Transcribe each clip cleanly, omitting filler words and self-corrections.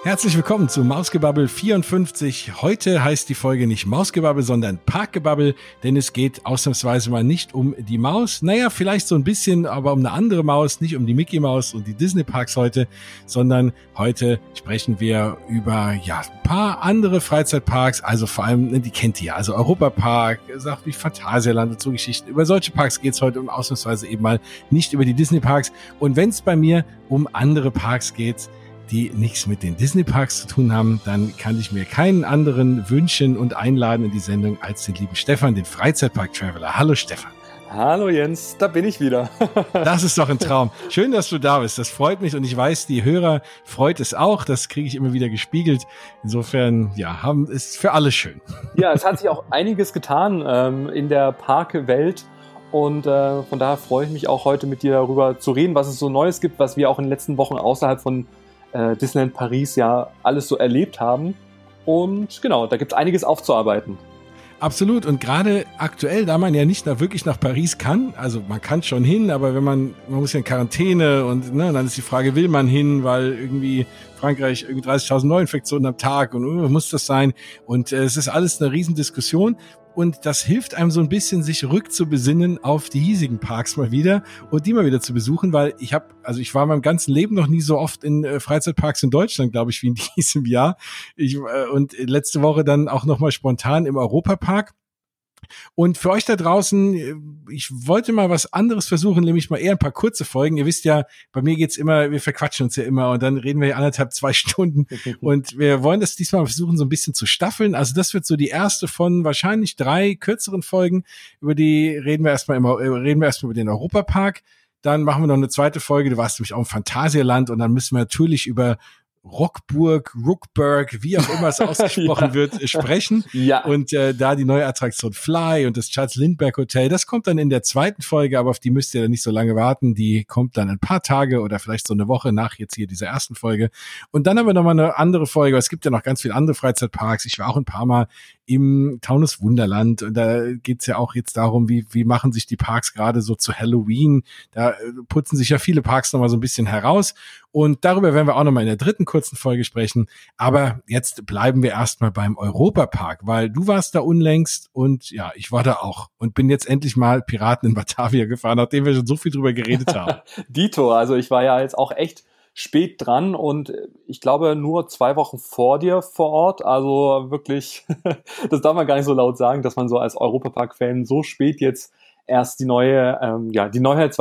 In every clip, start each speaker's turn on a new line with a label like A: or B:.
A: Herzlich willkommen zu Mausgebabbel 54. Heute heißt die Folge nicht Mausgebabbel, sondern Parkgebabbel, denn es geht ausnahmsweise mal nicht um die Maus. Naja, vielleicht so ein bisschen, aber um eine andere Maus, nicht um die Mickey Maus und die Disney Parks heute, sondern heute sprechen wir über ein paar andere Freizeitparks, also vor allem, die kennt ihr ja, also Europapark, Sachen wie Phantasialand und so Geschichten. Über solche Parks geht's heute und ausnahmsweise eben mal nicht über die Disney Parks. Und wenn es bei mir um andere Parks geht, die nichts mit den Disney-Parks zu tun haben, dann kann ich mir keinen anderen wünschen und einladen in die Sendung als den lieben Stefan, den Freizeitpark-Traveler. Hallo Stefan.
B: Hallo Jens, da bin ich wieder.
A: Das ist doch ein Traum. Schön, dass du da bist. Das freut mich und ich weiß, die Hörer freut es auch. Das kriege ich immer wieder gespiegelt. Insofern, ist für alle schön.
B: Ja, es hat sich auch einiges getan in der Parkwelt. Und von daher freue ich mich auch heute mit dir darüber zu reden, was es so Neues gibt, was wir auch in den letzten Wochen außerhalb von Disneyland Paris ja alles so erlebt haben. Und genau, da gibt es einiges aufzuarbeiten.
A: Absolut. Und gerade aktuell, da man ja nicht wirklich nach Paris kann, also man kann schon hin, aber wenn man muss ja in Quarantäne und dann ist die Frage, will man hin, weil irgendwie Frankreich irgendwie 30.000 Neuinfektionen am Tag und muss das sein? Und es ist alles eine Riesendiskussion. Und das hilft einem so ein bisschen, sich rückzubesinnen auf die hiesigen Parks mal wieder und die mal wieder zu besuchen, weil ich war in meinem ganzen Leben noch nie so oft in Freizeitparks in Deutschland, glaube ich, wie in diesem Jahr. Und letzte Woche dann auch nochmal spontan im Europapark. Und für euch da draußen, ich wollte mal was anderes versuchen, nämlich mal eher ein paar kurze Folgen. Ihr wisst ja, bei mir geht's immer, wir verquatschen uns ja immer und dann reden wir ja 2 Stunden und wir wollen das diesmal versuchen, so ein bisschen zu staffeln. Also das wird so die erste von wahrscheinlich 3 kürzeren Folgen. Über die reden wir erstmal über den Europapark. Dann machen wir noch eine zweite Folge, du warst nämlich auch im Phantasialand und dann müssen wir natürlich über Rockburg, wie auch immer es ausgesprochen wird, sprechen.
B: Ja.
A: Und da die neue Attraktion Fly und das Charles Lindbergh Hotel, das kommt dann in der zweiten Folge, aber auf die müsst ihr dann nicht so lange warten. Die kommt dann ein paar Tage oder vielleicht so eine Woche nach jetzt hier dieser ersten Folge. Und dann haben wir nochmal eine andere Folge. Es gibt ja noch ganz viele andere Freizeitparks. Ich war auch ein paar Mal im Taunus Wunderland und da geht's ja auch jetzt darum, wie machen sich die Parks gerade so zu Halloween. Da putzen sich ja viele Parks nochmal so ein bisschen heraus. Und darüber werden wir auch nochmal in der dritten kurzen Folge sprechen. Aber jetzt bleiben wir erstmal beim Europapark, weil du warst da unlängst und ja, ich war da auch und bin jetzt endlich mal Piraten in Batavia gefahren, nachdem wir schon so viel drüber geredet haben.
B: Dito, also ich war ja jetzt auch echt spät dran und ich glaube nur 2 Wochen vor dir vor Ort. Also wirklich, das darf man gar nicht so laut sagen, dass man so als Europapark-Fan so spät jetzt erst die Neuheit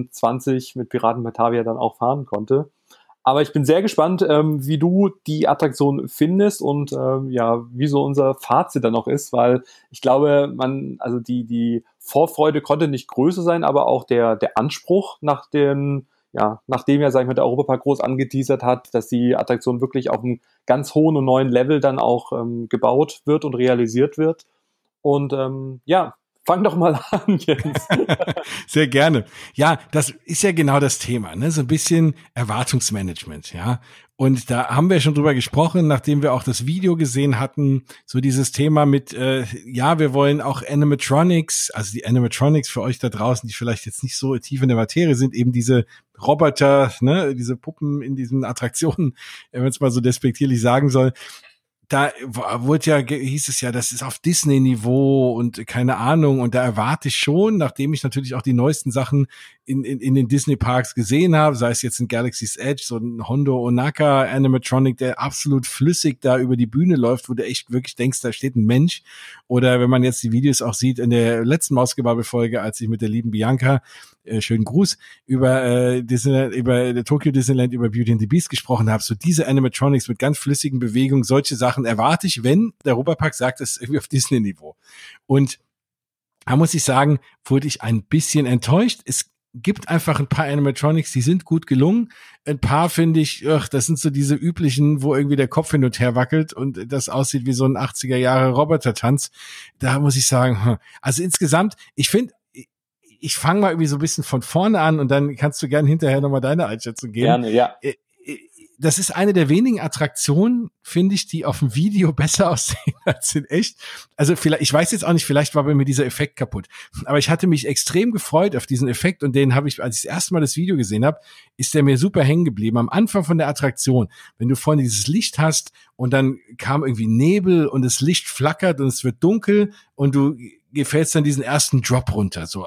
B: 2020 mit Piraten Batavia dann auch fahren konnte. Aber ich bin sehr gespannt, wie du die Attraktion findest und wie so unser Fazit dann noch ist, weil ich glaube, die Vorfreude konnte nicht größer sein, aber auch der Anspruch nachdem ja, sag ich mal, der Europapark groß angeteasert hat, dass die Attraktion wirklich auf einem ganz hohen und neuen Level dann auch gebaut wird und realisiert wird. Und fang doch mal an, Jens.
A: Sehr gerne. Ja, das ist ja genau das Thema, ne? So ein bisschen Erwartungsmanagement, ja. Und da haben wir schon drüber gesprochen, nachdem wir auch das Video gesehen hatten, so dieses Thema mit, wir wollen auch Animatronics, also die Animatronics für euch da draußen, die vielleicht jetzt nicht so tief in der Materie sind, eben diese Roboter, ne, diese Puppen in diesen Attraktionen, wenn man es mal so despektierlich sagen soll. Da hieß es ja, das ist auf Disney-Niveau und keine Ahnung. Und da erwarte ich schon, nachdem ich natürlich auch die neuesten Sachen in den Disney-Parks gesehen habe, sei es jetzt in Galaxy's Edge, so ein Hondo Onaka Animatronic, der absolut flüssig da über die Bühne läuft, wo du echt wirklich denkst, da steht ein Mensch. Oder wenn man jetzt die Videos auch sieht in der letzten Mausgebabbel-Folge, als ich mit der lieben Bianca, schönen Gruß, über Disneyland, über Tokyo Disneyland, über Beauty and the Beast gesprochen habe, so diese Animatronics mit ganz flüssigen Bewegungen, solche Sachen erwarte ich, wenn der Europapark sagt, es ist irgendwie auf Disney-Niveau. Und da muss ich sagen, wurde ich ein bisschen enttäuscht. Es gibt einfach ein paar Animatronics, die sind gut gelungen. Ein paar finde ich, das sind so diese üblichen, wo irgendwie der Kopf hin und her wackelt und das aussieht wie so ein 80er-Jahre-Robotertanz. Da muss ich sagen, also insgesamt, ich finde, ich fange mal irgendwie so ein bisschen von vorne an und dann kannst du gerne hinterher nochmal deine Einschätzung geben.
B: Gerne, ja.
A: das ist eine der wenigen Attraktionen, finde ich, die auf dem Video besser aussehen als in echt. Also vielleicht, ich weiß jetzt auch nicht, vielleicht war bei mir dieser Effekt kaputt. Aber ich hatte mich extrem gefreut auf diesen Effekt und den habe ich, als ich das erste Mal das Video gesehen habe, ist der mir super hängen geblieben. Am Anfang von der Attraktion, wenn du vorne dieses Licht hast und dann kam irgendwie Nebel und das Licht flackert und es wird dunkel und du gefällst dann diesen ersten Drop runter, so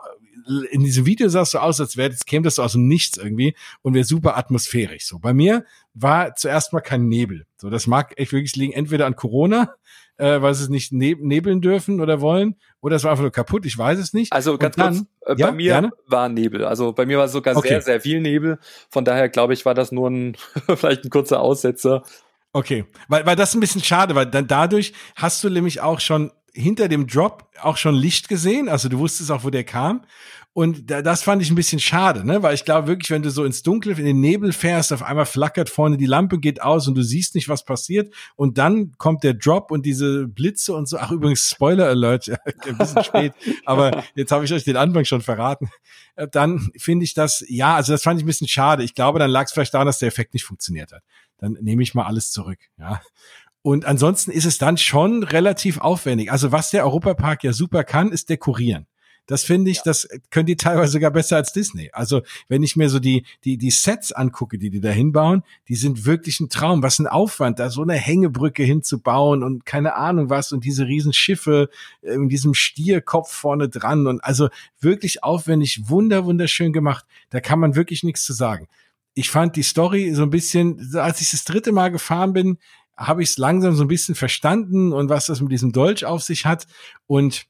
A: in diesem Video sah es so aus, als käme das so aus dem Nichts irgendwie und wäre super atmosphärisch. So, bei mir war zuerst mal kein Nebel. So, das mag echt wirklich liegen, entweder an Corona, weil sie es nicht nebeln dürfen oder wollen, oder es war einfach nur kaputt, ich weiß es nicht.
B: Also ganz kurz, bei mir war Nebel. Also bei mir war sogar sehr, sehr viel Nebel. Von daher glaube ich, war das nur vielleicht ein kurzer Aussetzer.
A: Okay, weil das ist ein bisschen schade, weil dann dadurch hast du nämlich auch schon hinter dem Drop auch schon Licht gesehen, also du wusstest auch, wo der kam. Und das fand ich ein bisschen schade, ne, weil ich glaube wirklich, wenn du so ins Dunkle, in den Nebel fährst, auf einmal flackert vorne die Lampe, geht aus und du siehst nicht, was passiert. Und dann kommt der Drop und diese Blitze und so. Ach, übrigens, Spoiler Alert, ein bisschen spät, aber jetzt habe ich euch den Anfang schon verraten. Dann finde ich das, also das fand ich ein bisschen schade. Ich glaube, dann lag es vielleicht daran, dass der Effekt nicht funktioniert hat. Dann nehme ich mal alles zurück, ja. Und ansonsten ist es dann schon relativ aufwendig. Also was der Europapark ja super kann, ist dekorieren. Das finde ich, das können die teilweise sogar besser als Disney. Also wenn ich mir so die Sets angucke, die da hinbauen, die sind wirklich ein Traum. Was ein Aufwand, da so eine Hängebrücke hinzubauen und keine Ahnung was und diese riesen Schiffe in diesem Stierkopf vorne dran und also wirklich aufwendig, wunderschön gemacht. Da kann man wirklich nichts zu sagen. Ich fand die Story so ein bisschen, als ich das 3. Mal gefahren bin, habe ich es langsam so ein bisschen verstanden und was das mit diesem Dolch auf sich hat. Und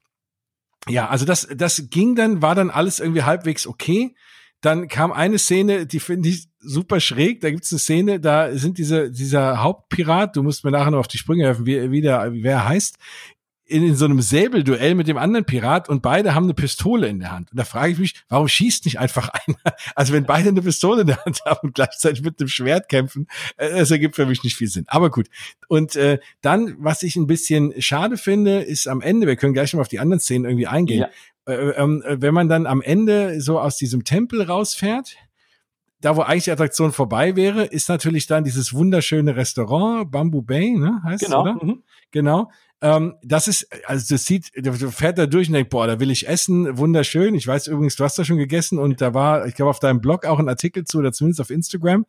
A: ja, also das ging dann, war dann alles irgendwie halbwegs okay. Dann kam eine Szene, die finde ich super schräg. Da gibt's eine Szene, da sind dieser Hauptpirat, du musst mir nachher noch auf die Sprünge helfen, wie er heißt, in so einem Säbelduell mit dem anderen Pirat und beide haben eine Pistole in der Hand. Und da frage ich mich, warum schießt nicht einfach einer? Also wenn beide eine Pistole in der Hand haben und gleichzeitig mit einem Schwert kämpfen, das ergibt für mich nicht viel Sinn. Aber gut. Und dann, was ich ein bisschen schade finde, ist am Ende, wir können gleich mal auf die anderen Szenen irgendwie eingehen, wenn man dann am Ende so aus diesem Tempel rausfährt, da wo eigentlich die Attraktion vorbei wäre, ist natürlich dann dieses wunderschöne Restaurant, Bamboo Bay, ne, heißt es, oder? Genau. Das ist, also das sieht, du fährt da durch und denkt, boah, da will ich essen, wunderschön. Ich weiß übrigens, du hast da schon gegessen und da war, ich glaube, auf deinem Blog auch ein Artikel zu, oder zumindest auf Instagram,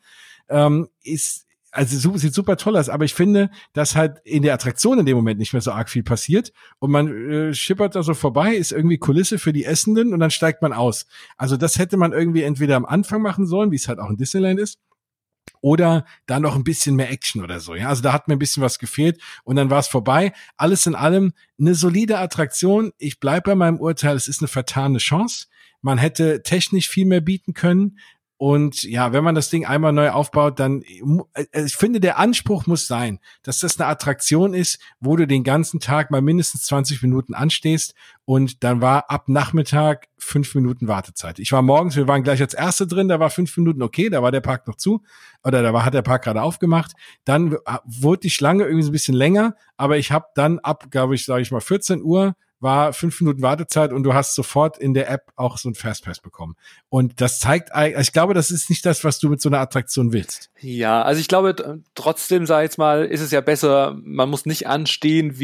A: sieht super toll aus, aber ich finde, dass halt in der Attraktion in dem Moment nicht mehr so arg viel passiert und man schippert da so vorbei, ist irgendwie Kulisse für die Essenden und dann steigt man aus. Also das hätte man irgendwie entweder am Anfang machen sollen, wie es halt auch in Disneyland ist, oder da noch ein bisschen mehr Action oder so. Ja, also da hat mir ein bisschen was gefehlt und dann war es vorbei. Alles in allem eine solide Attraktion. Ich bleibe bei meinem Urteil, es ist eine vertane Chance. Man hätte technisch viel mehr bieten können. Und ja, wenn man das Ding einmal neu aufbaut, dann, ich finde, der Anspruch muss sein, dass das eine Attraktion ist, wo du den ganzen Tag mal mindestens 20 Minuten anstehst und dann war ab Nachmittag 5 Minuten Wartezeit. Ich war morgens, wir waren gleich als Erste drin, da war 5 Minuten okay, da war der Park noch zu oder hat der Park gerade aufgemacht. Dann wurde die Schlange irgendwie so ein bisschen länger, aber ich habe dann ab, glaube ich, sage ich mal 14 Uhr, war 5 Minuten Wartezeit und du hast sofort in der App auch so ein Fastpass bekommen. Und das zeigt, ich glaube, das ist nicht das, was du mit so einer Attraktion willst.
B: Ja, also ich glaube, trotzdem, sag ich jetzt mal, ist es ja besser, man muss nicht anstehen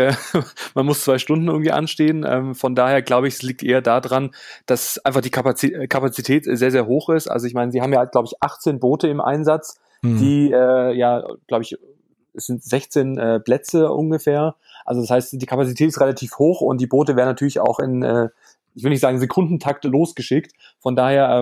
B: man muss 2 Stunden irgendwie anstehen. Von daher glaube ich, es liegt eher daran, dass einfach die Kapazität sehr, sehr hoch ist. Also ich meine, sie haben ja, glaube ich, 18 Boote im Einsatz, die, glaube ich, es sind 16 Plätze ungefähr. Also das heißt, die Kapazität ist relativ hoch und die Boote werden natürlich auch in, ich will nicht sagen Sekundentakt losgeschickt. Von daher,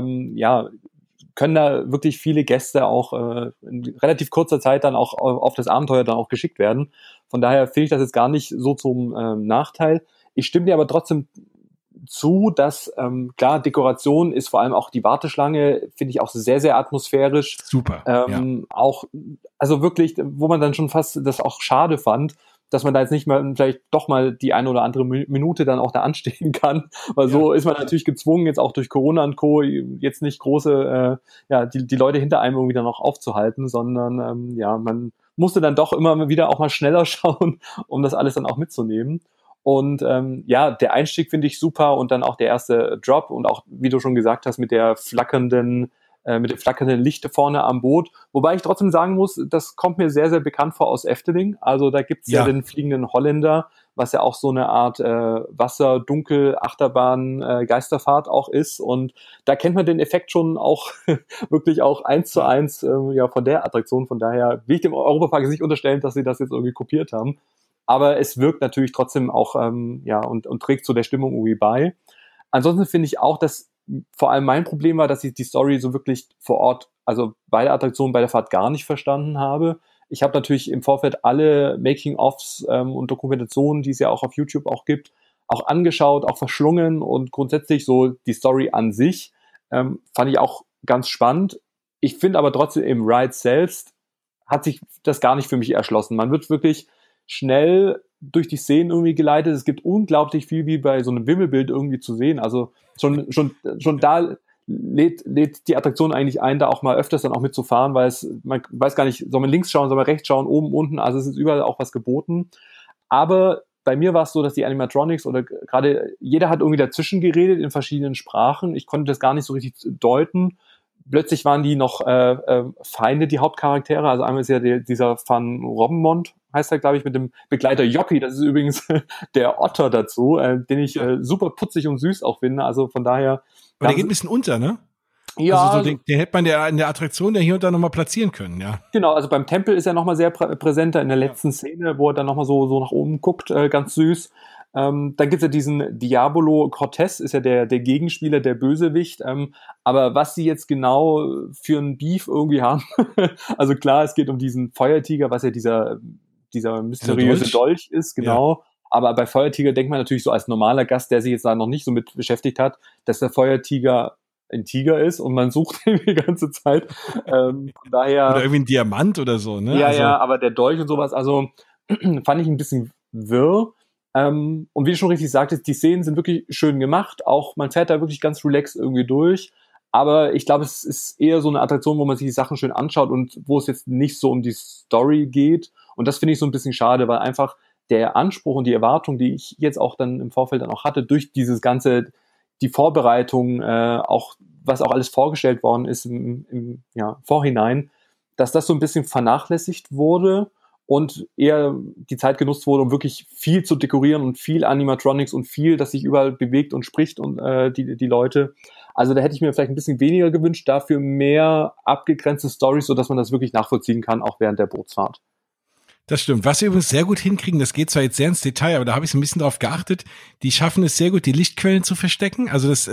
B: können da wirklich viele Gäste auch in relativ kurzer Zeit dann auch auf das Abenteuer dann auch geschickt werden. Von daher finde ich das jetzt gar nicht so zum Nachteil. Ich stimme dir aber trotzdem zu, dass klar, Dekoration ist vor allem auch die Warteschlange, finde ich auch sehr, sehr atmosphärisch.
A: Super.
B: Auch, also wirklich, wo man dann schon fast das auch schade fand, dass man da jetzt nicht mal vielleicht doch mal die eine oder andere Minute dann auch da anstehen kann, weil so ist man natürlich gezwungen, jetzt auch durch Corona und Co. jetzt nicht große, die Leute hinter einem irgendwie dann noch aufzuhalten, sondern man musste dann doch immer wieder auch mal schneller schauen, um das alles dann auch mitzunehmen. Und der Einstieg finde ich super und dann auch der erste Drop und auch, wie du schon gesagt hast, mit der flackernden mit den flackernden Lichter vorne am Boot. Wobei ich trotzdem sagen muss, das kommt mir sehr, sehr bekannt vor aus Efteling. Also da gibt's ja den fliegenden Holländer, was ja auch so eine Art Wasser-Dunkel-Achterbahn Geisterfahrt auch ist. Und da kennt man den Effekt schon auch wirklich auch 1:1 ja, von der Attraktion. Von daher will ich dem Europapark nicht unterstellen, dass sie das jetzt irgendwie kopiert haben. Aber es wirkt natürlich trotzdem auch ja und trägt zu der Stimmung irgendwie bei. Ansonsten finde ich auch, dass vor allem mein Problem war, dass ich die Story so wirklich vor Ort, also bei der Attraktion, bei der Fahrt gar nicht verstanden habe. Ich habe natürlich im Vorfeld alle Making-ofs und Dokumentationen, die es ja auch auf YouTube auch gibt, auch angeschaut, auch verschlungen und grundsätzlich so die Story an sich fand ich auch ganz spannend. Ich finde aber trotzdem im Ride selbst hat sich das gar nicht für mich erschlossen. Man wird wirklich schnell durch die Szenen irgendwie geleitet. Es gibt unglaublich viel wie bei so einem Wimmelbild irgendwie zu sehen. Also schon da lädt die Attraktion eigentlich ein, da auch mal öfters dann auch mitzufahren, weil man weiß gar nicht, soll man links schauen, soll man rechts schauen, oben, unten, also es ist überall auch was geboten. Aber bei mir war es so, dass die Animatronics oder gerade jeder hat irgendwie dazwischen geredet in verschiedenen Sprachen. Ich konnte das gar nicht so richtig deuten. Plötzlich waren die noch Feinde, die Hauptcharaktere. Also einmal ist ja dieser Van Robbenmond, heißt er, glaube ich, mit dem Begleiter Jockey. Das ist übrigens der Otter dazu, den ich super putzig und süß auch finde. Also von daher.
A: Aber der geht ein bisschen unter, ne?
B: Ja.
A: Also so den hätte man in der Attraktion ja hier und da nochmal platzieren können, ja.
B: Genau, also beim Tempel ist er nochmal sehr präsenter in der letzten Szene, wo er dann nochmal so nach oben guckt, ganz süß. Dann gibt's ja diesen Diabolo Cortez, ist ja der Gegenspieler, der Bösewicht. Aber was sie jetzt genau für einen Beef irgendwie haben, also klar, es geht um diesen Feuertiger, was ja dieser mysteriöse Dolch ist, genau. Ja. Aber bei Feuertiger denkt man natürlich so als normaler Gast, der sich jetzt da noch nicht so mit beschäftigt hat, dass der Feuertiger ein Tiger ist und man sucht ihn die ganze Zeit. Von daher,
A: oder irgendwie ein Diamant oder so, ne?
B: Ja, also, ja, aber der Dolch und sowas, also fand ich ein bisschen wirr. Und wie du schon richtig sagtest, die Szenen sind wirklich schön gemacht. Auch man fährt da wirklich ganz relaxed irgendwie durch. Aber ich glaube, es ist eher so eine Attraktion, wo man sich die Sachen schön anschaut und wo es jetzt nicht so um die Story geht. Und das finde ich so ein bisschen schade, weil einfach der Anspruch und die Erwartung, die ich jetzt auch dann im Vorfeld dann auch hatte, durch dieses ganze, die Vorbereitung, auch was auch alles vorgestellt worden ist im Vorhinein, dass das so ein bisschen vernachlässigt wurde und eher die Zeit genutzt wurde, um wirklich viel zu dekorieren und viel Animatronics und viel, das sich überall bewegt und spricht und die Leute. Also da hätte ich mir vielleicht ein bisschen weniger gewünscht, dafür mehr abgegrenzte Storys, sodass man das wirklich nachvollziehen kann, auch während der Bootsfahrt.
A: Das stimmt. Was sie übrigens sehr gut hinkriegen, das geht zwar jetzt sehr ins Detail, aber da habe ich so ein bisschen drauf geachtet, die schaffen es sehr gut, die Lichtquellen zu verstecken. Also das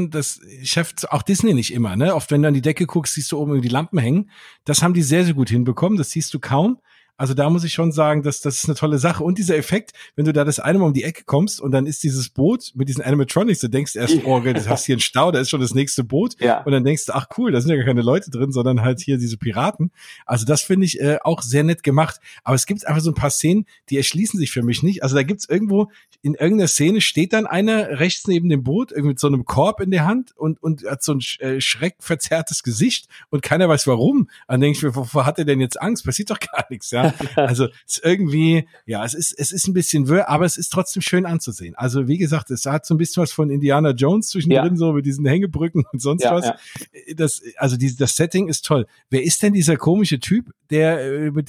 A: schafft auch Disney nicht immer, ne? Oft, wenn du an die Decke guckst, siehst du oben die Lampen hängen. Das haben die sehr, sehr gut hinbekommen. Das siehst du kaum. Also da muss ich schon sagen, das ist eine tolle Sache. Und dieser Effekt, wenn du da das eine Mal um die Ecke kommst und dann ist dieses Boot mit diesen Animatronics, du denkst erst, oh, du hast hier einen Stau, da ist schon das nächste Boot. Ja. Und dann denkst du, ach cool, da sind ja gar keine Leute drin, sondern halt hier diese Piraten. Also das finde ich auch sehr nett gemacht. Aber es gibt einfach so ein paar Szenen, die erschließen sich für mich nicht. Also da gibt's irgendwo, in irgendeiner Szene steht dann einer rechts neben dem Boot, irgendwie mit so einem Korb in der Hand und hat so ein schreckverzerrtes Gesicht und keiner weiß warum. Dann denke ich mir, wovor hat er denn jetzt Angst? Passiert doch gar nichts, ja. Also es ist irgendwie, ja, es ist ein bisschen wirr, aber es ist trotzdem schön anzusehen. Also wie gesagt, es hat so ein bisschen was von Indiana Jones zwischendrin, so mit diesen Hängebrücken und sonst was. Ja. Das Setting ist toll. Wer ist denn dieser komische Typ, der mit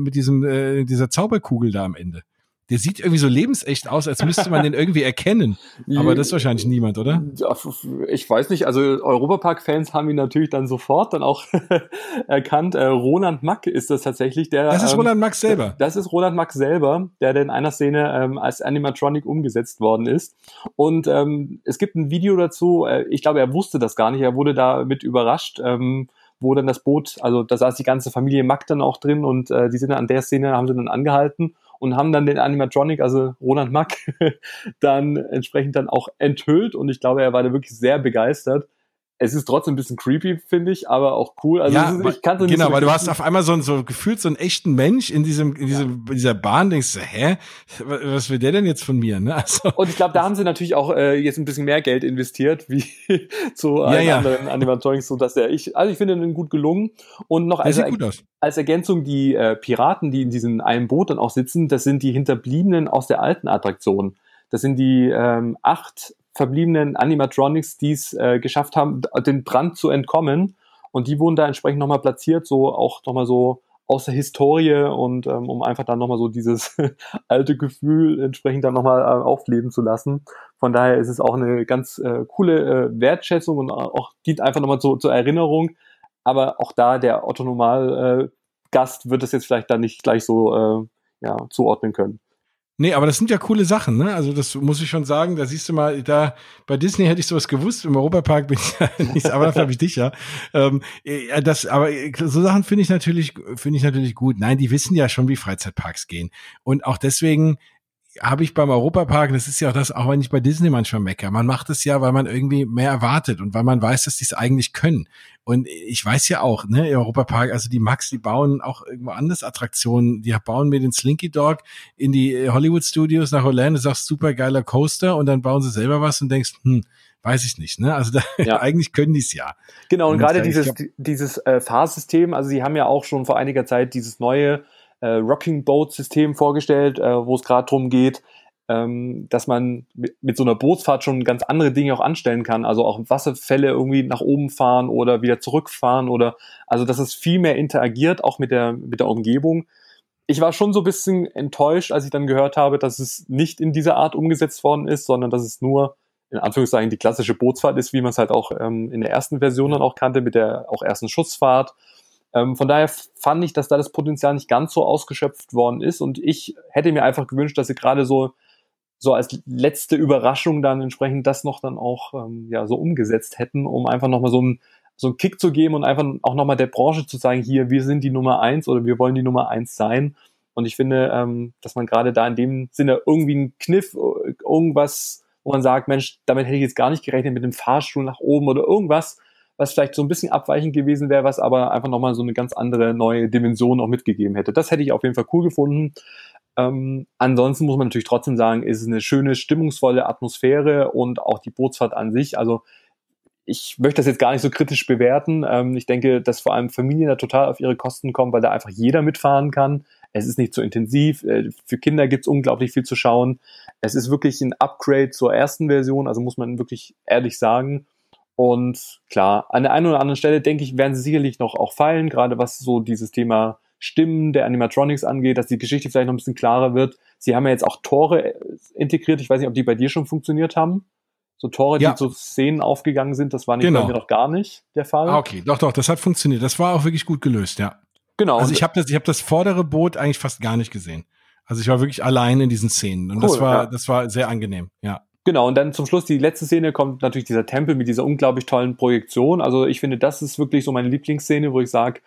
A: dieser Zauberkugel da am Ende? Der sieht irgendwie so lebensecht aus, als müsste man den irgendwie erkennen. Aber das ist wahrscheinlich niemand, oder?
B: Ich weiß nicht, also Europapark-Fans haben ihn natürlich dann sofort dann auch erkannt. Roland Mack ist das tatsächlich.
A: Das ist Roland Mack selber.
B: Das ist Roland Mack selber, der in einer Szene als Animatronic umgesetzt worden ist. Und es gibt ein Video dazu, ich glaube, er wusste das gar nicht, er wurde damit überrascht, wo dann das Boot, also da saß die ganze Familie Mack dann auch drin und die sind dann an der Szene, haben sie dann angehalten und haben dann den Animatronic, also Roland Mack, dann entsprechend dann auch enthüllt und ich glaube, er war da wirklich sehr begeistert. Es ist trotzdem ein bisschen creepy, finde ich, aber auch cool. Also
A: ja, ich kannte nicht genau, so weil du hast auf einmal so gefühlt so einen echten Mensch in dieser Bahn, denkst du, hä, was will der denn jetzt von mir? Ne? Also,
B: und ich glaube, da haben sie natürlich auch jetzt ein bisschen mehr Geld investiert, wie zu anderen Animatronics, so dass ich finde den gut gelungen. Und noch als Ergänzung die Piraten, die in diesem einen Boot dann auch sitzen, das sind die Hinterbliebenen aus der alten Attraktion. Das sind die 8 verbliebenen Animatronics, die es geschafft haben, den Brand zu entkommen. Und die wurden da entsprechend nochmal platziert, so auch nochmal so aus der Historie und um einfach dann nochmal so dieses alte Gefühl entsprechend dann nochmal aufleben zu lassen. Von daher ist es auch eine ganz coole Wertschätzung und auch dient einfach nochmal zur Erinnerung. Aber auch da, der Otto-Normal-Gast wird es jetzt vielleicht dann nicht gleich so zuordnen können.
A: Nee, aber das sind ja coole Sachen, ne? Also das muss ich schon sagen, da siehst du mal, da bei Disney hätte ich sowas gewusst, im Europapark bin ich ja nicht, aber dafür habe ich dich ja. Aber so Sachen finde ich natürlich gut. Nein, die wissen ja schon, wie Freizeitparks gehen. Und auch deswegen habe ich beim Europapark, das ist ja auch das, auch wenn ich bei Disney manchmal meckere, man macht es ja, weil man irgendwie mehr erwartet und weil man weiß, dass die es eigentlich können. Und ich weiß ja auch, ne, Europapark, also die Max, die bauen auch irgendwo anders Attraktionen, die bauen mir den Slinky Dog in die Hollywood Studios nach Orlando, sagst super geiler Coaster und dann bauen sie selber was und denkst, weiß ich nicht, ne? Also eigentlich können die es ja.
B: Genau, und gerade dieses Fahrsystem, also sie haben ja auch schon vor einiger Zeit dieses neue Rocking Boat System vorgestellt, wo es gerade darum geht, dass man mit so einer Bootsfahrt schon ganz andere Dinge auch anstellen kann, also auch Wasserfälle irgendwie nach oben fahren oder wieder zurückfahren also dass es viel mehr interagiert, auch mit der Umgebung. Ich war schon so ein bisschen enttäuscht, als ich dann gehört habe, dass es nicht in dieser Art umgesetzt worden ist, sondern dass es nur in Anführungszeichen die klassische Bootsfahrt ist, wie man es halt auch in der ersten Version dann auch kannte, mit der auch ersten Schussfahrt. Von daher fand ich, dass da das Potenzial nicht ganz so ausgeschöpft worden ist und ich hätte mir einfach gewünscht, dass sie gerade so als letzte Überraschung dann entsprechend das noch dann auch so umgesetzt hätten, um einfach nochmal so einen Kick zu geben und einfach auch nochmal der Branche zu sagen, hier, wir sind die Nummer 1 oder wir wollen die Nummer 1 sein. Und ich finde, dass man gerade da in dem Sinne irgendwie einen Kniff, irgendwas, wo man sagt, Mensch, damit hätte ich jetzt gar nicht gerechnet, mit dem Fahrstuhl nach oben oder irgendwas, was vielleicht so ein bisschen abweichend gewesen wäre, was aber einfach nochmal so eine ganz andere neue Dimension auch mitgegeben hätte. Das hätte ich auf jeden Fall cool gefunden. Ansonsten muss man natürlich trotzdem sagen, ist es eine schöne, stimmungsvolle Atmosphäre und auch die Bootsfahrt an sich. Also ich möchte das jetzt gar nicht so kritisch bewerten. Ich denke, dass vor allem Familien da total auf ihre Kosten kommen, weil da einfach jeder mitfahren kann. Es ist nicht so intensiv. Für Kinder gibt's unglaublich viel zu schauen. Es ist wirklich ein Upgrade zur ersten Version, also muss man wirklich ehrlich sagen. Und klar, an der einen oder anderen Stelle, denke ich, werden sie sicherlich noch auch feilen, gerade was so dieses Thema Stimmen der Animatronics angeht, dass die Geschichte vielleicht noch ein bisschen klarer wird. Sie haben ja jetzt auch Tore integriert. Ich weiß nicht, ob die bei dir schon funktioniert haben. So Tore, die zu Szenen aufgegangen sind, das war nicht bei mir noch gar nicht der Fall.
A: Ah, okay, doch, das hat funktioniert. Das war auch wirklich gut gelöst, ja.
B: Genau.
A: Also ich habe das vordere Boot eigentlich fast gar nicht gesehen. Also ich war wirklich allein in diesen Szenen und cool, das war sehr angenehm, ja.
B: Genau, und dann zum Schluss, die letzte Szene, kommt natürlich dieser Tempel mit dieser unglaublich tollen Projektion. Also ich finde, das ist wirklich so meine Lieblingsszene, wo ich sage,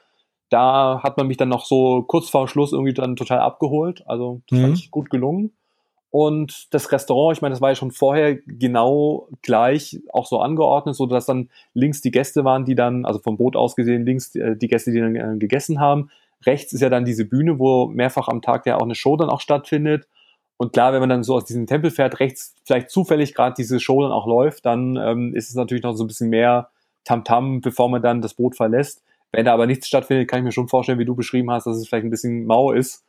B: da hat man mich dann noch so kurz vor Schluss irgendwie dann total abgeholt. Also das fand ich gut gelungen. Und das Restaurant, ich meine, das war ja schon vorher genau gleich auch so angeordnet, so dass dann links die Gäste waren, die dann, also vom Boot aus gesehen, links die Gäste, die dann gegessen haben. Rechts ist ja dann diese Bühne, wo mehrfach am Tag ja auch eine Show dann auch stattfindet. Und klar, wenn man dann so aus diesem Tempel fährt, rechts vielleicht zufällig gerade diese Show dann auch läuft, dann ist es natürlich noch so ein bisschen mehr Tamtam, bevor man dann das Boot verlässt. Wenn da aber nichts stattfindet, kann ich mir schon vorstellen, wie du beschrieben hast, dass es vielleicht ein bisschen mau ist.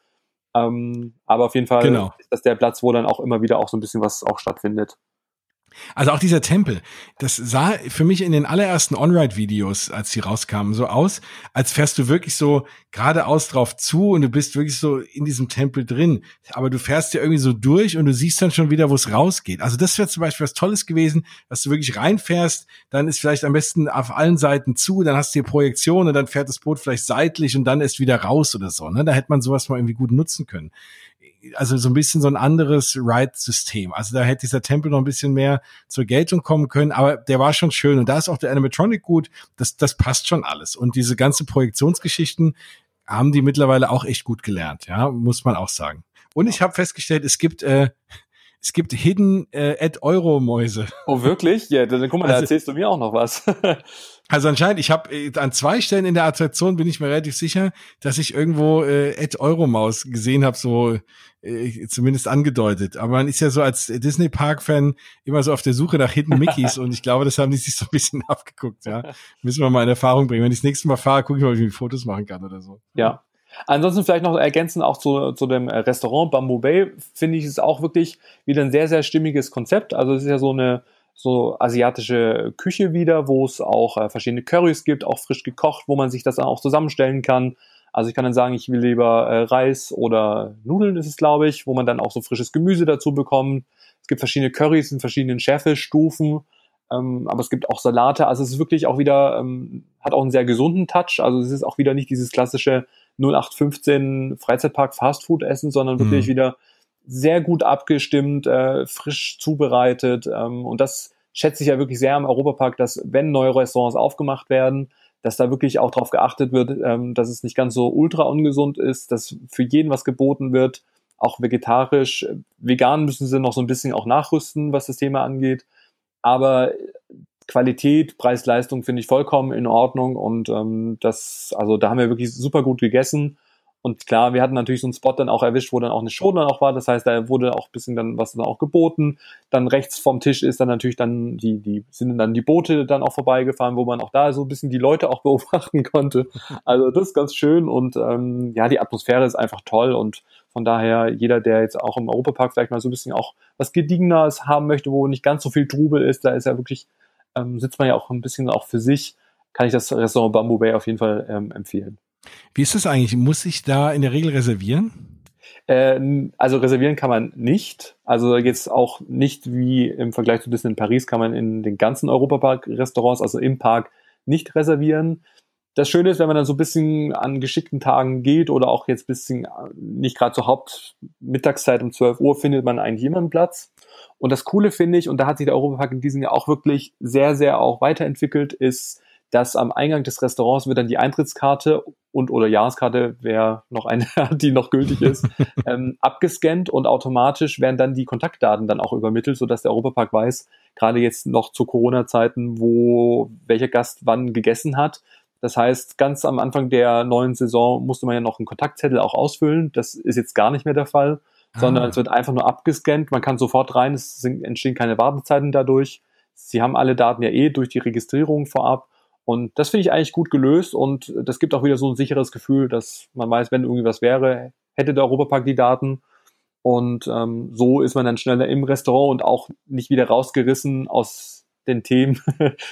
B: Aber auf jeden Fall ist das der Platz, wo dann auch immer wieder auch so ein bisschen was auch stattfindet.
A: Also auch dieser Tempel, das sah für mich in den allerersten On-Ride-Videos, als die rauskamen, so aus, als fährst du wirklich so geradeaus drauf zu und du bist wirklich so in diesem Tempel drin. Aber du fährst ja irgendwie so durch und du siehst dann schon wieder, wo es rausgeht. Also das wäre zum Beispiel was Tolles gewesen, dass du wirklich reinfährst, dann ist vielleicht am besten auf allen Seiten zu, dann hast du die Projektion und dann fährt das Boot vielleicht seitlich und dann ist wieder raus oder so. Ne? Da hätte man sowas mal irgendwie gut nutzen können. Also so ein bisschen so ein anderes Ride-System. Also da hätte dieser Tempel noch ein bisschen mehr zur Geltung kommen können, aber der war schon schön. Und da ist auch der Animatronic gut. Das passt schon alles. Und diese ganze Projektionsgeschichten haben die mittlerweile auch echt gut gelernt, ja, muss man auch sagen. Und ich habe festgestellt, es gibt Hidden Euro-Mäuse.
B: Oh, wirklich? Ja, dann guck mal, da erzählst du mir auch noch was.
A: Also anscheinend, ich habe an 2 Stellen in der Attraktion bin ich mir relativ sicher, dass ich irgendwo Euro-Maus gesehen habe, so zumindest angedeutet. Aber man ist ja so als Disney-Park-Fan immer so auf der Suche nach Hidden Mickeys und ich glaube, das haben die sich so ein bisschen abgeguckt, ja. Müssen wir mal in Erfahrung bringen. Wenn ich das nächste Mal fahre, gucke ich mal, wie ich Fotos machen kann oder so.
B: Ja. Ansonsten vielleicht noch ergänzend auch zu dem Restaurant Bamboo Bay, finde ich es auch wirklich wieder ein sehr, sehr stimmiges Konzept. Also es ist ja so so asiatische Küche wieder, wo es auch verschiedene Currys gibt, auch frisch gekocht, wo man sich das dann auch zusammenstellen kann. Also ich kann dann sagen, ich will lieber Reis oder Nudeln ist es, glaube ich, wo man dann auch so frisches Gemüse dazu bekommt. Es gibt verschiedene Currys in verschiedenen Schärfestufen, aber es gibt auch Salate. Also es ist wirklich auch wieder, hat auch einen sehr gesunden Touch. Also es ist auch wieder nicht dieses klassische 0815 Freizeitpark Fastfood essen, sondern wirklich wieder sehr gut abgestimmt, frisch zubereitet. Und das schätze ich ja wirklich sehr am Europapark, dass wenn neue Restaurants aufgemacht werden, dass da wirklich auch darauf geachtet wird, dass es nicht ganz so ultra ungesund ist, dass für jeden was geboten wird, auch vegetarisch. Vegan müssen sie noch so ein bisschen auch nachrüsten, was das Thema angeht. Aber Qualität, Preis-Leistung finde ich vollkommen in Ordnung und also da haben wir wirklich super gut gegessen. Und klar, wir hatten natürlich so einen Spot dann auch erwischt, wo dann auch eine Show dann auch war. Das heißt, da wurde auch ein bisschen dann was dann auch geboten. Dann rechts vom Tisch ist dann natürlich dann sind dann die Boote dann auch vorbeigefahren, wo man auch da so ein bisschen die Leute auch beobachten konnte. Also das ist ganz schön und die Atmosphäre ist einfach toll und von daher jeder, der jetzt auch im Europapark vielleicht mal so ein bisschen auch was Gediegeneres haben möchte, wo nicht ganz so viel Trubel ist, da ist ja wirklich, sitzt man ja auch ein bisschen auch für sich, kann ich das Restaurant Bamboo Bay auf jeden Fall empfehlen.
A: Wie ist das eigentlich? Muss ich da in der Regel reservieren?
B: Also reservieren kann man nicht. Also jetzt auch nicht wie im Vergleich zu Disney in Paris kann man in den ganzen Europapark-Restaurants, also im Park, nicht reservieren. Das Schöne ist, wenn man dann so ein bisschen an geschickten Tagen geht oder auch jetzt ein bisschen nicht gerade zur Hauptmittagszeit um 12 Uhr, findet man eigentlich immer einen Platz. Und das Coole finde ich, und da hat sich der Europapark in diesem Jahr auch wirklich sehr, sehr auch weiterentwickelt, ist, dass am Eingang des Restaurants wird dann die Eintrittskarte oder Jahreskarte, wer noch eine hat, die noch gültig ist, abgescannt und automatisch werden dann die Kontaktdaten dann auch übermittelt, sodass der Europapark weiß, gerade jetzt noch zu Corona-Zeiten, wo welcher Gast wann gegessen hat. Das heißt, ganz am Anfang der neuen Saison musste man ja noch einen Kontaktzettel auch ausfüllen. Das ist jetzt gar nicht mehr der Fall, sondern es wird einfach nur abgescannt. Man kann sofort rein, entstehen keine Wartezeiten dadurch. Sie haben alle Daten ja durch die Registrierung vorab. Und das finde ich eigentlich gut gelöst und das gibt auch wieder so ein sicheres Gefühl, dass man weiß, wenn irgendwie was wäre, hätte der Europapark die Daten. Und so ist man dann schneller im Restaurant und auch nicht wieder rausgerissen aus den Themen,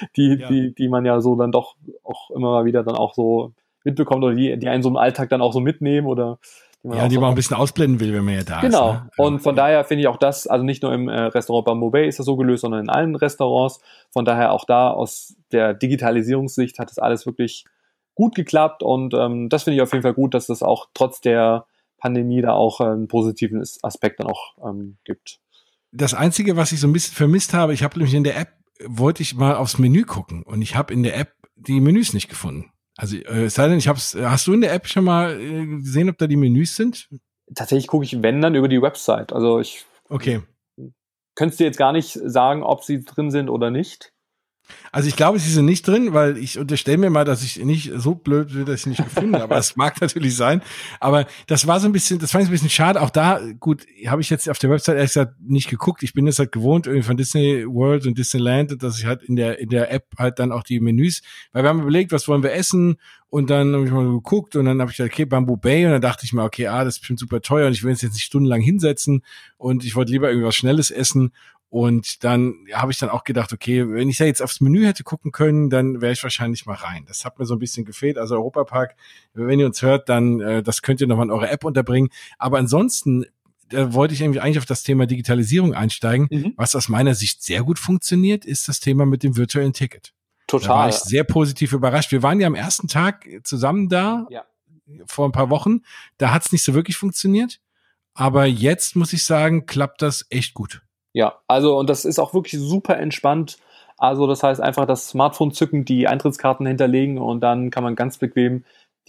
B: die man ja so dann doch auch immer mal wieder dann auch so mitbekommt oder die einen so im Alltag dann auch so mitnehmen oder
A: die man auch ein bisschen ausblenden will, wenn man ja da ist.
B: Genau.
A: Ne?
B: Und von daher finde ich auch das, also nicht nur im Restaurant Bamboo Bay ist das so gelöst, sondern in allen Restaurants. Von daher auch da aus der Digitalisierungssicht hat das alles wirklich gut geklappt und das finde ich auf jeden Fall gut, dass das auch trotz der Pandemie da auch einen positiven Aspekt dann auch gibt.
A: Das Einzige, was ich so ein bisschen vermisst habe, ich habe nämlich in der App, wollte ich mal aufs Menü gucken und ich habe in der App die Menüs nicht gefunden. Also es sei denn, hast du in der App schon mal gesehen, ob da die Menüs sind?
B: Tatsächlich gucke ich, wenn, dann über die Website. Also
A: okay.
B: Könntest du jetzt gar nicht sagen, ob sie drin sind oder nicht?
A: Also ich glaube, sie sind nicht drin, weil ich unterstelle mir mal, dass ich nicht so blöd bin, dass ich nicht gefunden habe. Es mag natürlich sein. Aber das war so ein bisschen, das fand ich ein bisschen schade. Auch da, gut, habe ich jetzt auf der Website ehrlich gesagt nicht geguckt. Ich bin jetzt halt gewohnt irgendwie von Disney World und Disneyland, dass ich halt in der App halt dann auch die Menüs, weil wir haben überlegt, was wollen wir essen? Und dann habe ich mal geguckt und dann habe ich gesagt, okay, Bamboo Bay. Und dann dachte ich mir, okay, das ist bestimmt super teuer und ich will jetzt nicht stundenlang hinsetzen und ich wollte lieber irgendwas Schnelles essen. Und dann habe ich dann auch gedacht, okay, wenn ich da jetzt aufs Menü hätte gucken können, dann wäre ich wahrscheinlich mal rein. Das hat mir so ein bisschen gefehlt. Also Europapark, wenn ihr uns hört, dann das könnt ihr nochmal in eure App unterbringen. Aber ansonsten wollte ich eigentlich auf das Thema Digitalisierung einsteigen. Was aus meiner Sicht sehr gut funktioniert, ist das Thema mit dem virtuellen Ticket.
B: Total.
A: Da war ich sehr positiv überrascht. Wir waren ja am ersten Tag zusammen da, vor ein paar Wochen. Da hat es nicht so wirklich funktioniert. Aber jetzt, muss ich sagen, klappt das echt gut.
B: Ja, also und das ist auch wirklich super entspannt. Also das heißt einfach das Smartphone zücken, die Eintrittskarten hinterlegen und dann kann man ganz bequem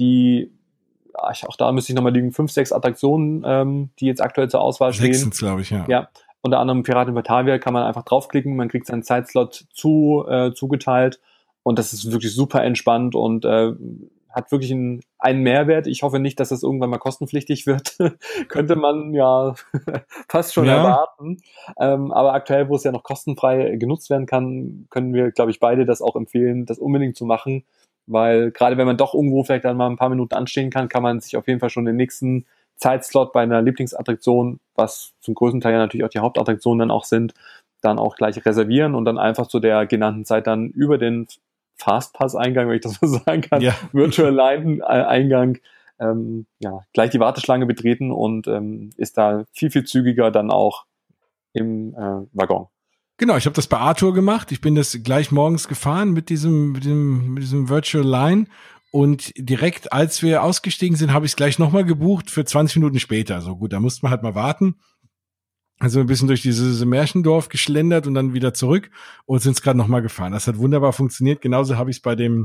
B: auch da müsste ich nochmal liegen, 5, 6 Attraktionen, die jetzt aktuell zur Auswahl stehen.
A: 6, glaube ich, ja.
B: Ja, unter anderem Piraten Batavia kann man einfach draufklicken, man kriegt seinen Zeitslot zugeteilt und das ist wirklich super entspannt und hat wirklich einen Mehrwert. Ich hoffe nicht, dass das irgendwann mal kostenpflichtig wird. Könnte man ja fast schon erwarten. Aber aktuell, wo es ja noch kostenfrei genutzt werden kann, können wir, glaube ich, beide das auch empfehlen, das unbedingt zu machen. Weil gerade wenn man doch irgendwo vielleicht dann mal ein paar Minuten anstehen kann man sich auf jeden Fall schon den nächsten Zeitslot bei einer Lieblingsattraktion, was zum größten Teil ja natürlich auch die Hauptattraktionen dann auch sind, dann auch gleich reservieren und dann einfach zu der genannten Zeit dann über den Fastpass-Eingang, wenn ich das so sagen kann, Virtual Line-Eingang, gleich die Warteschlange betreten und ist da viel, viel zügiger dann auch im Waggon.
A: Genau, ich habe das bei Arthur gemacht. Ich bin das gleich morgens gefahren mit diesem Virtual Line. Und direkt, als wir ausgestiegen sind, habe ich es gleich nochmal gebucht für 20 Minuten später. So gut, da musste man halt mal warten. Also ein bisschen durch dieses Märchendorf geschlendert und dann wieder zurück und sind es gerade nochmal gefahren. Das hat wunderbar funktioniert. Genauso habe ich es bei dem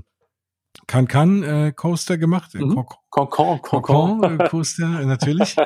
A: Can Coaster gemacht. Cancan Coaster, natürlich.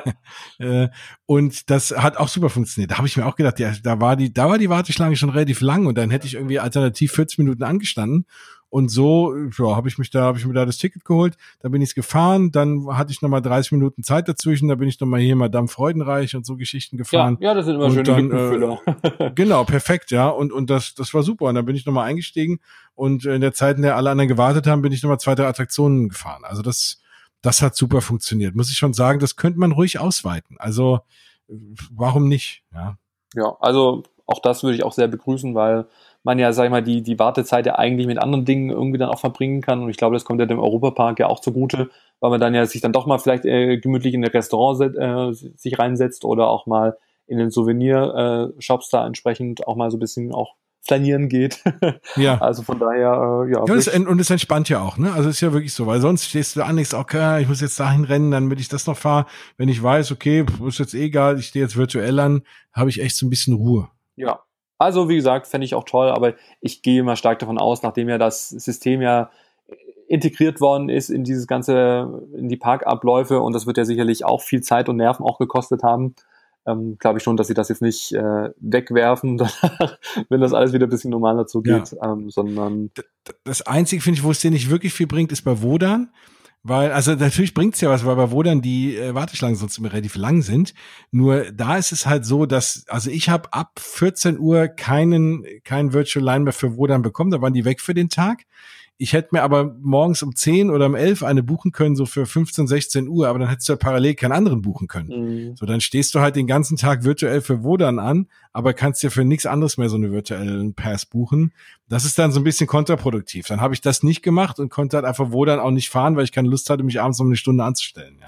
A: Und das hat auch super funktioniert. Da habe ich mir auch gedacht, ja, da war die Warteschlange schon relativ lang und dann hätte ich irgendwie alternativ 40 Minuten angestanden. Und so, ja, habe ich mir da das Ticket geholt, da bin ich gefahren, dann hatte ich nochmal 30 Minuten Zeit dazwischen, da bin ich nochmal hier Madame Freudenreich und so Geschichten gefahren.
B: Ja, das sind immer schöne Lückenfüller.
A: Genau, perfekt, ja, und das war super. Und dann bin ich nochmal eingestiegen und in der Zeit, in der alle anderen gewartet haben, bin ich nochmal 2, 3 Attraktionen gefahren. Also das hat super funktioniert. Muss ich schon sagen, das könnte man ruhig ausweiten. Also, warum nicht, ja?
B: Ja, also auch das würde ich auch sehr begrüßen, weil man ja, sag ich mal, die Wartezeit ja eigentlich mit anderen Dingen irgendwie dann auch verbringen kann. Und ich glaube, das kommt ja dem Europapark ja auch zugute, weil man dann ja sich dann doch mal vielleicht gemütlich in ein Restaurant sich reinsetzt oder auch mal in den Souvenir-Shops da entsprechend auch mal so ein bisschen auch flanieren geht.
A: Ja.
B: Also von daher, ja.
A: Und es entspannt ja auch, ne? Also ist ja wirklich so, weil sonst stehst du an, denkst, okay, ich muss jetzt dahin rennen, dann will ich das noch fahren. Wenn ich weiß, okay, ist jetzt egal, ich stehe jetzt virtuell an, habe ich echt so ein bisschen Ruhe.
B: Ja. Also wie gesagt, fände ich auch toll, aber ich gehe mal stark davon aus, nachdem ja das System ja integriert worden ist in in die Parkabläufe und das wird ja sicherlich auch viel Zeit und Nerven auch gekostet haben, glaube ich schon, dass sie das jetzt nicht wegwerfen, wenn das alles wieder ein bisschen normaler zugeht, sondern...
A: Das Einzige, finde ich, wo es dir nicht wirklich viel bringt, ist bei Wodan. Weil, also natürlich bringt's ja was, weil bei Wodan die Warteschlangen sonst immer relativ lang sind. Nur da ist es halt so, dass, also ich habe ab 14 Uhr keinen Virtual Line mehr für Wodan bekommen, da waren die weg für den Tag. Ich hätte mir aber morgens um 10 oder um 11 eine buchen können, so für 15, 16 Uhr, aber dann hättest du ja parallel keinen anderen buchen können.
B: Mhm.
A: So, dann stehst du halt den ganzen Tag virtuell für Wodan an, aber kannst dir für nichts anderes mehr so eine virtuellen Pass buchen. Das ist dann so ein bisschen kontraproduktiv. Dann habe ich das nicht gemacht und konnte halt einfach Wodan auch nicht fahren, weil ich keine Lust hatte, mich abends um eine Stunde anzustellen.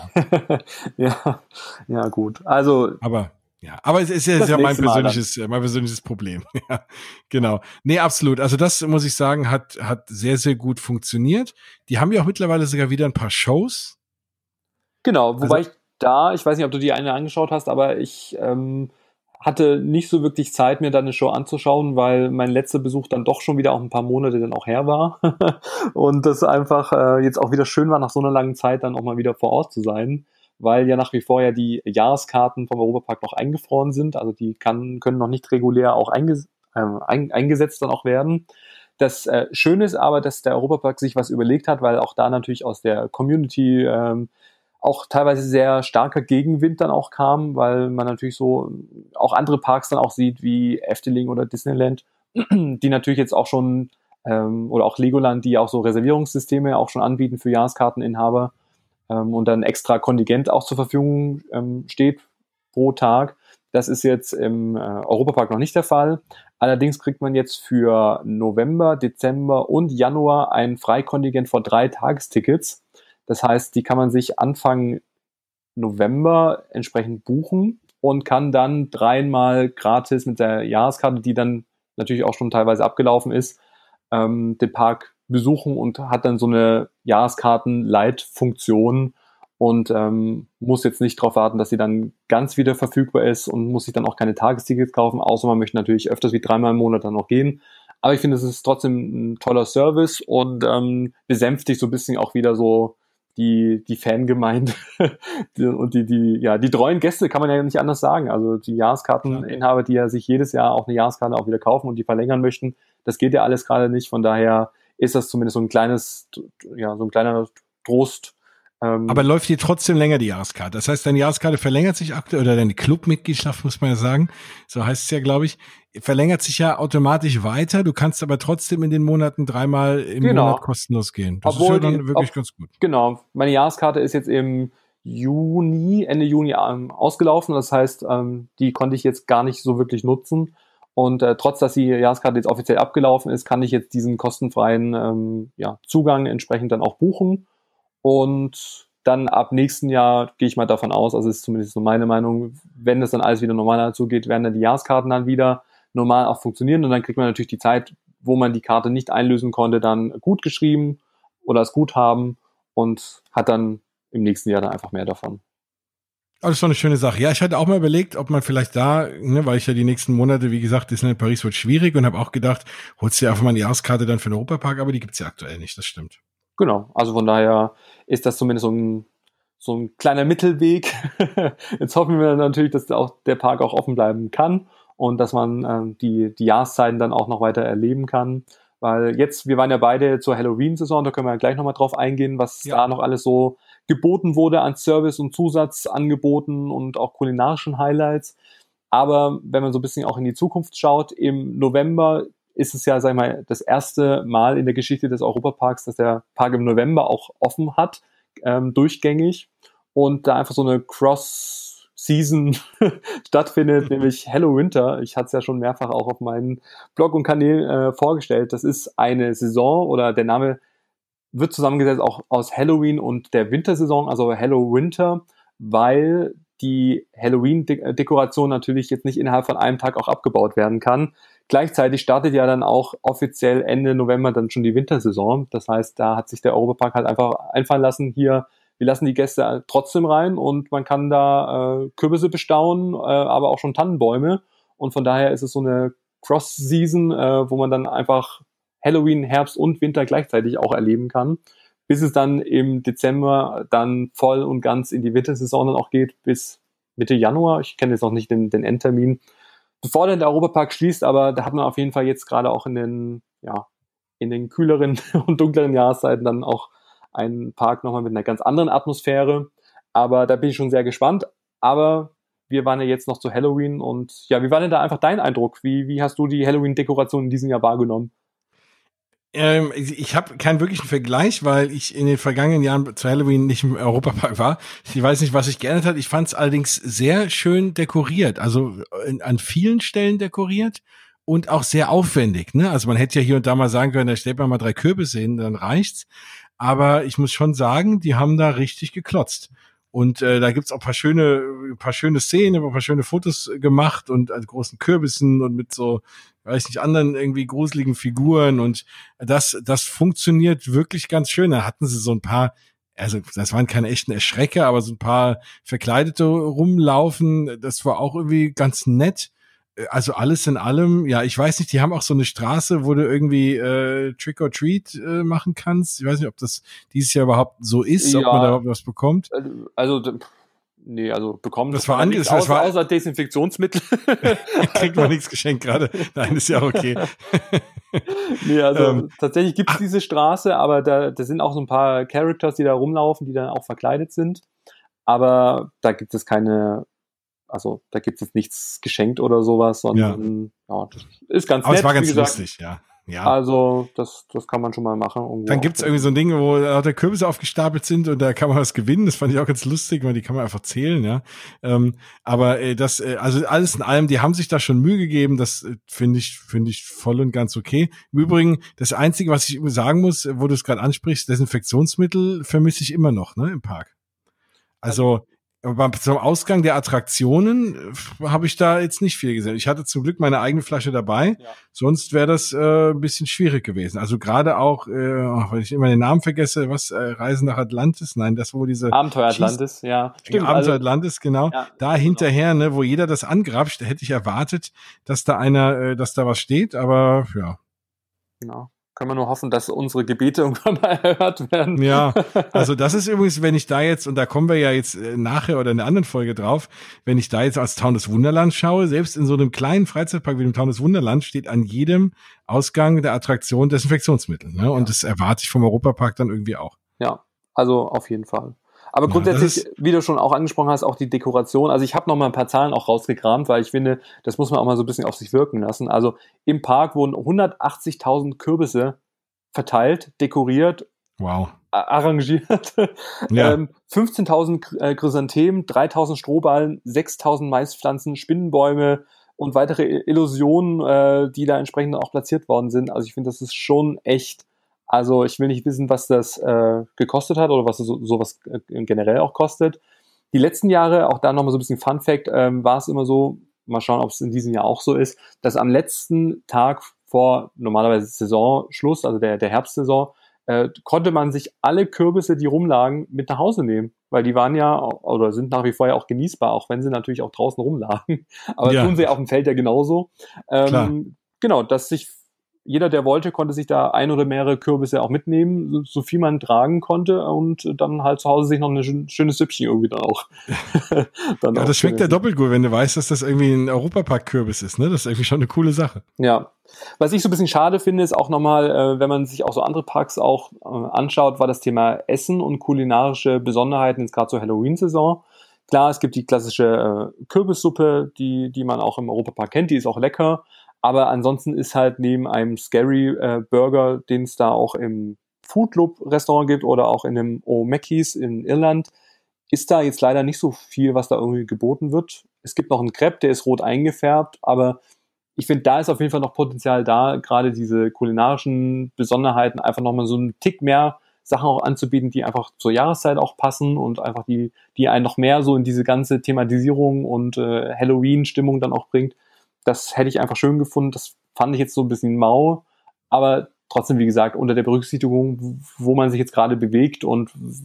A: Ja,
B: ja gut. Also
A: aber es ist ja mein persönliches Problem. Ja, genau. Nee, absolut. Also das muss ich sagen, hat sehr, sehr gut funktioniert. Die haben ja auch mittlerweile sogar wieder ein paar Shows.
B: Genau, wobei ich weiß nicht, ob du die eine angeschaut hast, aber ich hatte nicht so wirklich Zeit, mir da eine Show anzuschauen, weil mein letzter Besuch dann doch schon wieder auch ein paar Monate dann auch her war. Und das einfach jetzt auch wieder schön war, nach so einer langen Zeit dann auch mal wieder vor Ort zu sein. Weil ja nach wie vor ja die Jahreskarten vom Europapark noch eingefroren sind. Also die können noch nicht regulär auch eingesetzt dann auch werden. Das Schöne ist aber, dass der Europapark sich was überlegt hat, weil auch da natürlich aus der Community auch teilweise sehr starker Gegenwind dann auch kam, weil man natürlich so auch andere Parks dann auch sieht, wie Efteling oder Disneyland, die natürlich jetzt auch schon oder auch Legoland, die auch so Reservierungssysteme auch schon anbieten für Jahreskarteninhaber, und dann extra Kontingent auch zur Verfügung steht pro Tag. Das ist jetzt im Europapark noch nicht der Fall. Allerdings kriegt man jetzt für November, Dezember und Januar ein Freikontingent von 3 Tagestickets. Das heißt, die kann man sich Anfang November entsprechend buchen und kann dann 3-mal gratis mit der Jahreskarte, die dann natürlich auch schon teilweise abgelaufen ist, den Park besuchen und hat dann so eine Jahreskarten-Light-Funktion und muss jetzt nicht darauf warten, dass sie dann ganz wieder verfügbar ist und muss sich dann auch keine Tagestickets kaufen, außer man möchte natürlich öfters wie 3-mal im Monat dann noch gehen. Aber ich finde, es ist trotzdem ein toller Service und besänftigt so ein bisschen auch wieder so die Fangemeinde und die treuen Gäste, kann man ja nicht anders sagen. Also die Jahreskarteninhaber, die ja sich jedes Jahr auch eine Jahreskarte auch wieder kaufen und die verlängern möchten, das geht ja alles gerade nicht. Von daher ist das zumindest so ein kleiner Trost.
A: Aber läuft die trotzdem länger, die Jahreskarte? Das heißt, deine Jahreskarte verlängert sich aktuell, oder deine Clubmitgliedschaft, muss man ja sagen, so heißt es ja, glaube ich, verlängert sich ja automatisch weiter. Du kannst aber trotzdem in den Monaten 3-mal im Monat kostenlos gehen. Das ist ja dann wirklich ganz gut.
B: Genau. Meine Jahreskarte ist jetzt im Ende Juni ausgelaufen. Das heißt, die konnte ich jetzt gar nicht so wirklich nutzen. Und trotz, dass die Jahreskarte jetzt offiziell abgelaufen ist, kann ich jetzt diesen kostenfreien Zugang entsprechend dann auch buchen. Und dann ab nächsten Jahr gehe ich mal davon aus, also ist zumindest so meine Meinung, wenn das dann alles wieder normal zugeht, werden dann die Jahreskarten dann wieder normal auch funktionieren. Und dann kriegt man natürlich die Zeit, wo man die Karte nicht einlösen konnte, dann gut geschrieben oder das Guthaben und hat dann im nächsten Jahr dann einfach mehr davon.
A: Oh, das ist doch eine schöne Sache. Ja, ich hatte auch mal überlegt, ob man vielleicht da, ne, weil ich ja die nächsten Monate, wie gesagt, Disneyland Paris wird schwierig und habe auch gedacht, holst du dir einfach mal eine Jahreskarte dann für den Europapark, aber die gibt's ja aktuell nicht, das stimmt.
B: Genau, also von daher ist das zumindest so ein kleiner Mittelweg. Jetzt hoffen wir natürlich, dass auch der Park auch offen bleiben kann und dass man die Jahreszeiten dann auch noch weiter erleben kann. Weil jetzt, wir waren ja beide zur Halloween-Saison, da können wir ja gleich nochmal drauf eingehen, was da noch alles so geboten wurde an Service und Zusatzangeboten und auch kulinarischen Highlights. Aber wenn man so ein bisschen auch in die Zukunft schaut, im November ist es ja, sag ich mal, das erste Mal in der Geschichte des Europaparks, dass der Park im November auch offen hat, durchgängig und da einfach so eine Cross-Season stattfindet, nämlich Hello Winter. Ich hatte es ja schon mehrfach auch auf meinem Blog und Kanälen vorgestellt. Das ist eine Saison oder der Name wird zusammengesetzt auch aus Halloween und der Wintersaison, also Hello Winter, weil die Halloween-Dekoration natürlich jetzt nicht innerhalb von einem Tag auch abgebaut werden kann. Gleichzeitig startet ja dann auch offiziell Ende November dann schon die Wintersaison. Das heißt, da hat sich der Europapark halt einfach einfallen lassen, hier, wir lassen die Gäste trotzdem rein und man kann da Kürbisse bestaunen, aber auch schon Tannenbäume. Und von daher ist es so eine Cross-Season, wo man dann einfach Halloween, Herbst und Winter gleichzeitig auch erleben kann, bis es dann im Dezember dann voll und ganz in die Wintersaison dann auch geht, bis Mitte Januar. Ich kenne jetzt noch nicht den Endtermin, bevor dann der Europapark schließt, aber da hat man auf jeden Fall jetzt gerade auch in den kühleren und dunkleren Jahreszeiten dann auch einen Park nochmal mit einer ganz anderen Atmosphäre. Aber da bin ich schon sehr gespannt. Aber wir waren ja jetzt noch zu Halloween und ja, wie war denn da einfach dein Eindruck? Wie hast du die Halloween-Dekoration in diesem Jahr wahrgenommen?
A: Ich habe keinen wirklichen Vergleich, weil ich in den vergangenen Jahren zu Halloween nicht im Europapark war. Ich weiß nicht, was sich geändert hat. Ich fand es allerdings sehr schön dekoriert, also an vielen Stellen dekoriert und auch sehr aufwendig. Ne? Also man hätte ja hier und da mal sagen können, da stellt man mal 3 Kürbisse hin, dann reicht's. Aber ich muss schon sagen, die haben da richtig geklotzt. Und da gibt's auch ein paar schöne Szenen, ein paar schöne Fotos gemacht und an großen Kürbissen und mit so, weiß nicht, anderen irgendwie gruseligen Figuren. Und das funktioniert wirklich ganz schön. Da hatten sie so ein paar, also das waren keine echten Erschrecker, aber so ein paar Verkleidete rumlaufen. Das war auch irgendwie ganz nett. Also alles in allem, ja, ich weiß nicht, die haben auch so eine Straße, wo du irgendwie Trick or Treat machen kannst. Ich weiß nicht, ob das dieses Jahr überhaupt so ist, ob man da überhaupt was bekommt.
B: Also bekommen
A: das war nichts
B: außer Desinfektionsmittel.
A: Kriegt man nichts geschenkt gerade. Nein, ist ja okay.
B: Nee, also tatsächlich gibt's diese Straße, aber da sind auch so ein paar Characters, die da rumlaufen, die dann auch verkleidet sind. Aber da gibt es da gibt es nichts geschenkt oder sowas, sondern das ist ganz nett.
A: Aber es war ganz lustig, ja.
B: Also das kann man schon mal machen.
A: Dann gibt's irgendwie so ein Ding, wo lauter Kürbisse aufgestapelt sind und da kann man was gewinnen. Das fand ich auch ganz lustig, weil die kann man einfach zählen, ja. Aber also alles in allem, die haben sich da schon Mühe gegeben. Das finde ich voll und ganz okay. Im Übrigen, das Einzige, was ich sagen muss, wo du es gerade ansprichst, Desinfektionsmittel vermisse ich immer noch, ne, im Park. Also zum Ausgang der Attraktionen habe ich da jetzt nicht viel gesehen. Ich hatte zum Glück meine eigene Flasche dabei, sonst wäre das ein bisschen schwierig gewesen. Also gerade auch, weil ich immer den Namen vergesse, Reisen nach Atlantis? Nein, das wo diese
B: Abenteuer Atlantis, ja.
A: Stimmt, Abenteuer Atlantis, genau. Ja, da hinterher, ne, wo jeder das angrapscht, hätte ich erwartet, dass da was steht, aber ja.
B: Genau. Können wir nur hoffen, dass unsere Gebete irgendwann mal erhört werden.
A: Ja, also das ist übrigens, wenn ich da jetzt, und da kommen wir ja jetzt nachher oder in einer anderen Folge drauf, wenn ich da jetzt als Town des Wunderlands schaue, selbst in so einem kleinen Freizeitpark wie dem Town des Wunderlands steht an jedem Ausgang der Attraktion Desinfektionsmittel. Ne? Und das erwarte ich vom Europapark dann irgendwie auch.
B: Ja, also auf jeden Fall. Aber grundsätzlich, wie du schon auch angesprochen hast, auch die Dekoration. Also ich habe noch mal ein paar Zahlen auch rausgekramt, weil ich finde, das muss man auch mal so ein bisschen auf sich wirken lassen. Also im Park wurden 180.000 Kürbisse verteilt, dekoriert, arrangiert, 15.000 Chrysanthemen, 3.000 Strohballen, 6.000 Maispflanzen, Spinnenbäume und weitere Illusionen, die da entsprechend auch platziert worden sind. Also ich finde, das ist schon echt, also ich will nicht wissen, was das gekostet hat oder was sowas generell auch kostet. Die letzten Jahre, auch da nochmal so ein bisschen Fun Fact, war es immer so, mal schauen, ob es in diesem Jahr auch so ist, dass am letzten Tag vor normalerweise Saisonschluss, also der Herbstsaison, konnte man sich alle Kürbisse, die rumlagen, mit nach Hause nehmen. Weil die waren ja, oder sind nach wie vor ja auch genießbar, auch wenn sie natürlich auch draußen rumlagen. Aber tun sie auf dem Feld ja genauso. Genau, dass sich jeder, der wollte, konnte sich da ein oder mehrere Kürbisse auch mitnehmen, so viel man tragen konnte und dann halt zu Hause sich noch ein schönes Süppchen irgendwie dann auch.
A: Dann ja, das schmeckt ja doppelt gut, wenn du weißt, dass das irgendwie ein Europapark-Kürbis ist, ne? Das ist irgendwie schon eine coole Sache.
B: Ja. Was ich so ein bisschen schade finde, ist auch nochmal, wenn man sich auch so andere Parks auch anschaut, war das Thema Essen und kulinarische Besonderheiten, jetzt gerade zur Halloween-Saison. Klar, es gibt die klassische Kürbissuppe, die man auch im Europapark kennt, die ist auch lecker. Aber ansonsten ist halt neben einem Scary Burger, den es da auch im Food Loop Restaurant gibt oder auch in dem O'Mackey's in Irland, ist da jetzt leider nicht so viel, was da irgendwie geboten wird. Es gibt noch einen Crepe, der ist rot eingefärbt, aber ich finde, da ist auf jeden Fall noch Potenzial da, gerade diese kulinarischen Besonderheiten einfach nochmal so einen Tick mehr Sachen auch anzubieten, die einfach zur Jahreszeit auch passen und einfach die einen noch mehr so in diese ganze Thematisierung und Halloween-Stimmung dann auch bringt. Das hätte ich einfach schön gefunden. Das fand ich jetzt so ein bisschen mau. Aber trotzdem, wie gesagt, unter der Berücksichtigung, wo man sich jetzt gerade bewegt und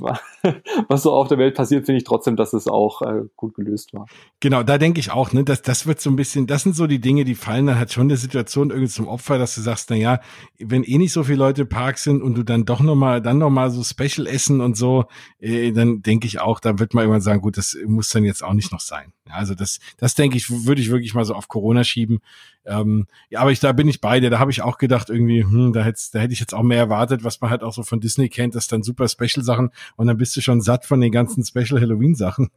B: was so auf der Welt passiert, finde ich trotzdem, dass es auch gut gelöst war.
A: Genau, da denke ich auch, ne, das wird so ein bisschen, das sind so die Dinge, die fallen dann halt schon der Situation irgendwie zum Opfer, dass du sagst, na ja, wenn eh nicht so viele Leute im Park sind und du dann doch noch mal so Special essen und so, dann denke ich auch, da wird man irgendwann sagen, gut, das muss dann jetzt auch nicht noch sein. Also das denke ich, würde ich wirklich mal so auf Corona schieben. Ja, aber da bin ich bei dir. Da habe ich auch gedacht, irgendwie, da hätte ich jetzt auch mehr erwartet, was man halt auch so von Disney kennt, das dann super Special-Sachen und dann bist du schon satt von den ganzen Special-Halloween-Sachen.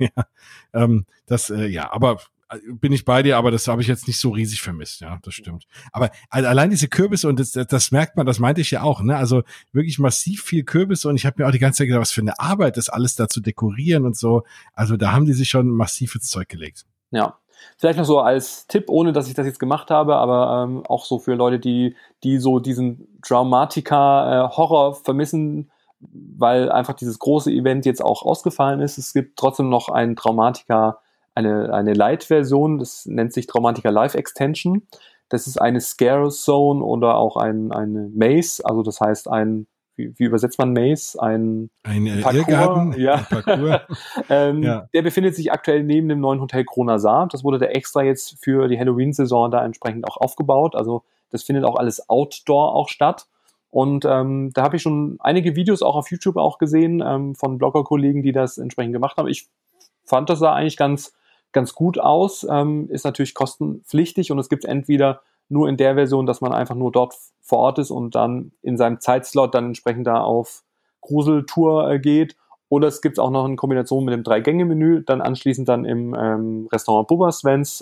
A: Ja, aber bin ich bei dir, aber das habe ich jetzt nicht so riesig vermisst, ja, das stimmt. Aber allein diese Kürbisse, und das merkt man, das meinte ich ja auch, ne, also wirklich massiv viel Kürbisse und ich habe mir auch die ganze Zeit gedacht, was für eine Arbeit, das alles da zu dekorieren und so, also da haben die sich schon massiv ins Zeug gelegt.
B: Ja, vielleicht noch so als Tipp, ohne dass ich das jetzt gemacht habe, aber auch so für Leute, die so diesen Dramatica-Horror vermissen, weil einfach dieses große Event jetzt auch ausgefallen ist. Es gibt trotzdem noch ein Dramatica, eine Light-Version, das nennt sich Dramatica Live Extension. Das ist eine Scare Zone oder auch eine Maze, also das heißt wie übersetzt man Maze? Ein
A: Parcours. Irrgarten,
B: ja.
A: Ein Parcours.
B: Ja. Der befindet sich aktuell neben dem neuen Hotel Kronasar. Das wurde da extra jetzt für die Halloween-Saison da entsprechend auch aufgebaut. Also das findet auch alles Outdoor auch statt. Und da habe ich schon einige Videos auch auf YouTube auch gesehen von Blogger-Kollegen, die das entsprechend gemacht haben. Ich fand, das sah eigentlich ganz gut aus. Ist natürlich kostenpflichtig und es gibt entweder nur in der Version, dass man einfach nur dort vor Ort ist und dann in seinem Zeitslot dann entsprechend da auf Gruseltour geht. Oder es gibt auch noch in Kombination mit dem 3-Gänge-Menü, dann anschließend dann im Restaurant Bubba Svens,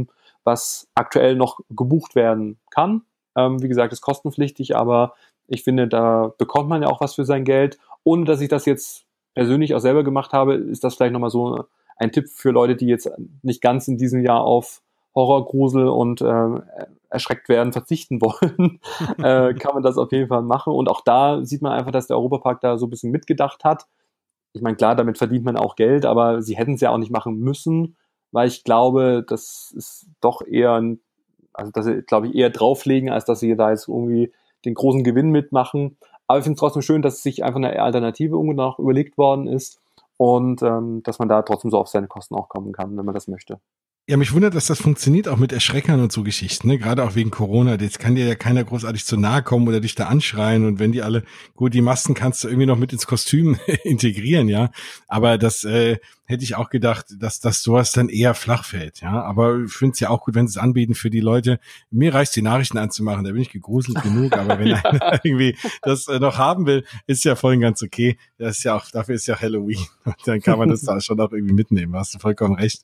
B: was aktuell noch gebucht werden kann. Wie gesagt, ist kostenpflichtig, aber ich finde, da bekommt man ja auch was für sein Geld. Ohne dass ich das jetzt persönlich auch selber gemacht habe, ist das vielleicht nochmal so ein Tipp für Leute, die jetzt nicht ganz in diesem Jahr auf Horror, Grusel und erschreckt werden verzichten wollen, kann man das auf jeden Fall machen. Und auch da sieht man einfach, dass der Europapark da so ein bisschen mitgedacht hat. Ich meine, klar, damit verdient man auch Geld, aber sie hätten es ja auch nicht machen müssen, weil ich glaube, das ist doch eher, also dass sie, glaube ich, eher drauflegen, als dass sie da jetzt irgendwie den großen Gewinn mitmachen. Aber ich finde es trotzdem schön, dass sich einfach eine Alternative irgendwo noch überlegt worden ist und dass man da trotzdem so auf seine Kosten auch kommen kann, wenn man das möchte.
A: Ja, mich wundert, dass das funktioniert auch mit Erschreckern und so Geschichten, ne? Gerade auch wegen Corona. Jetzt kann dir ja keiner großartig zu nahe kommen oder dich da anschreien. Und wenn die alle, gut, die Masken kannst du irgendwie noch mit ins Kostüm integrieren, ja. Aber das hätte ich auch gedacht, dass sowas dann eher flach fällt, ja. Aber ich finde es ja auch gut, wenn sie es anbieten für die Leute. Mir reicht die Nachrichten anzumachen, da bin ich gegruselt genug. Aber wenn einer irgendwie das noch haben will, ist ja voll ganz okay. Das ist ja auch, dafür ist ja Halloween. Und dann kann man das da schon auch irgendwie mitnehmen. Hast du vollkommen recht.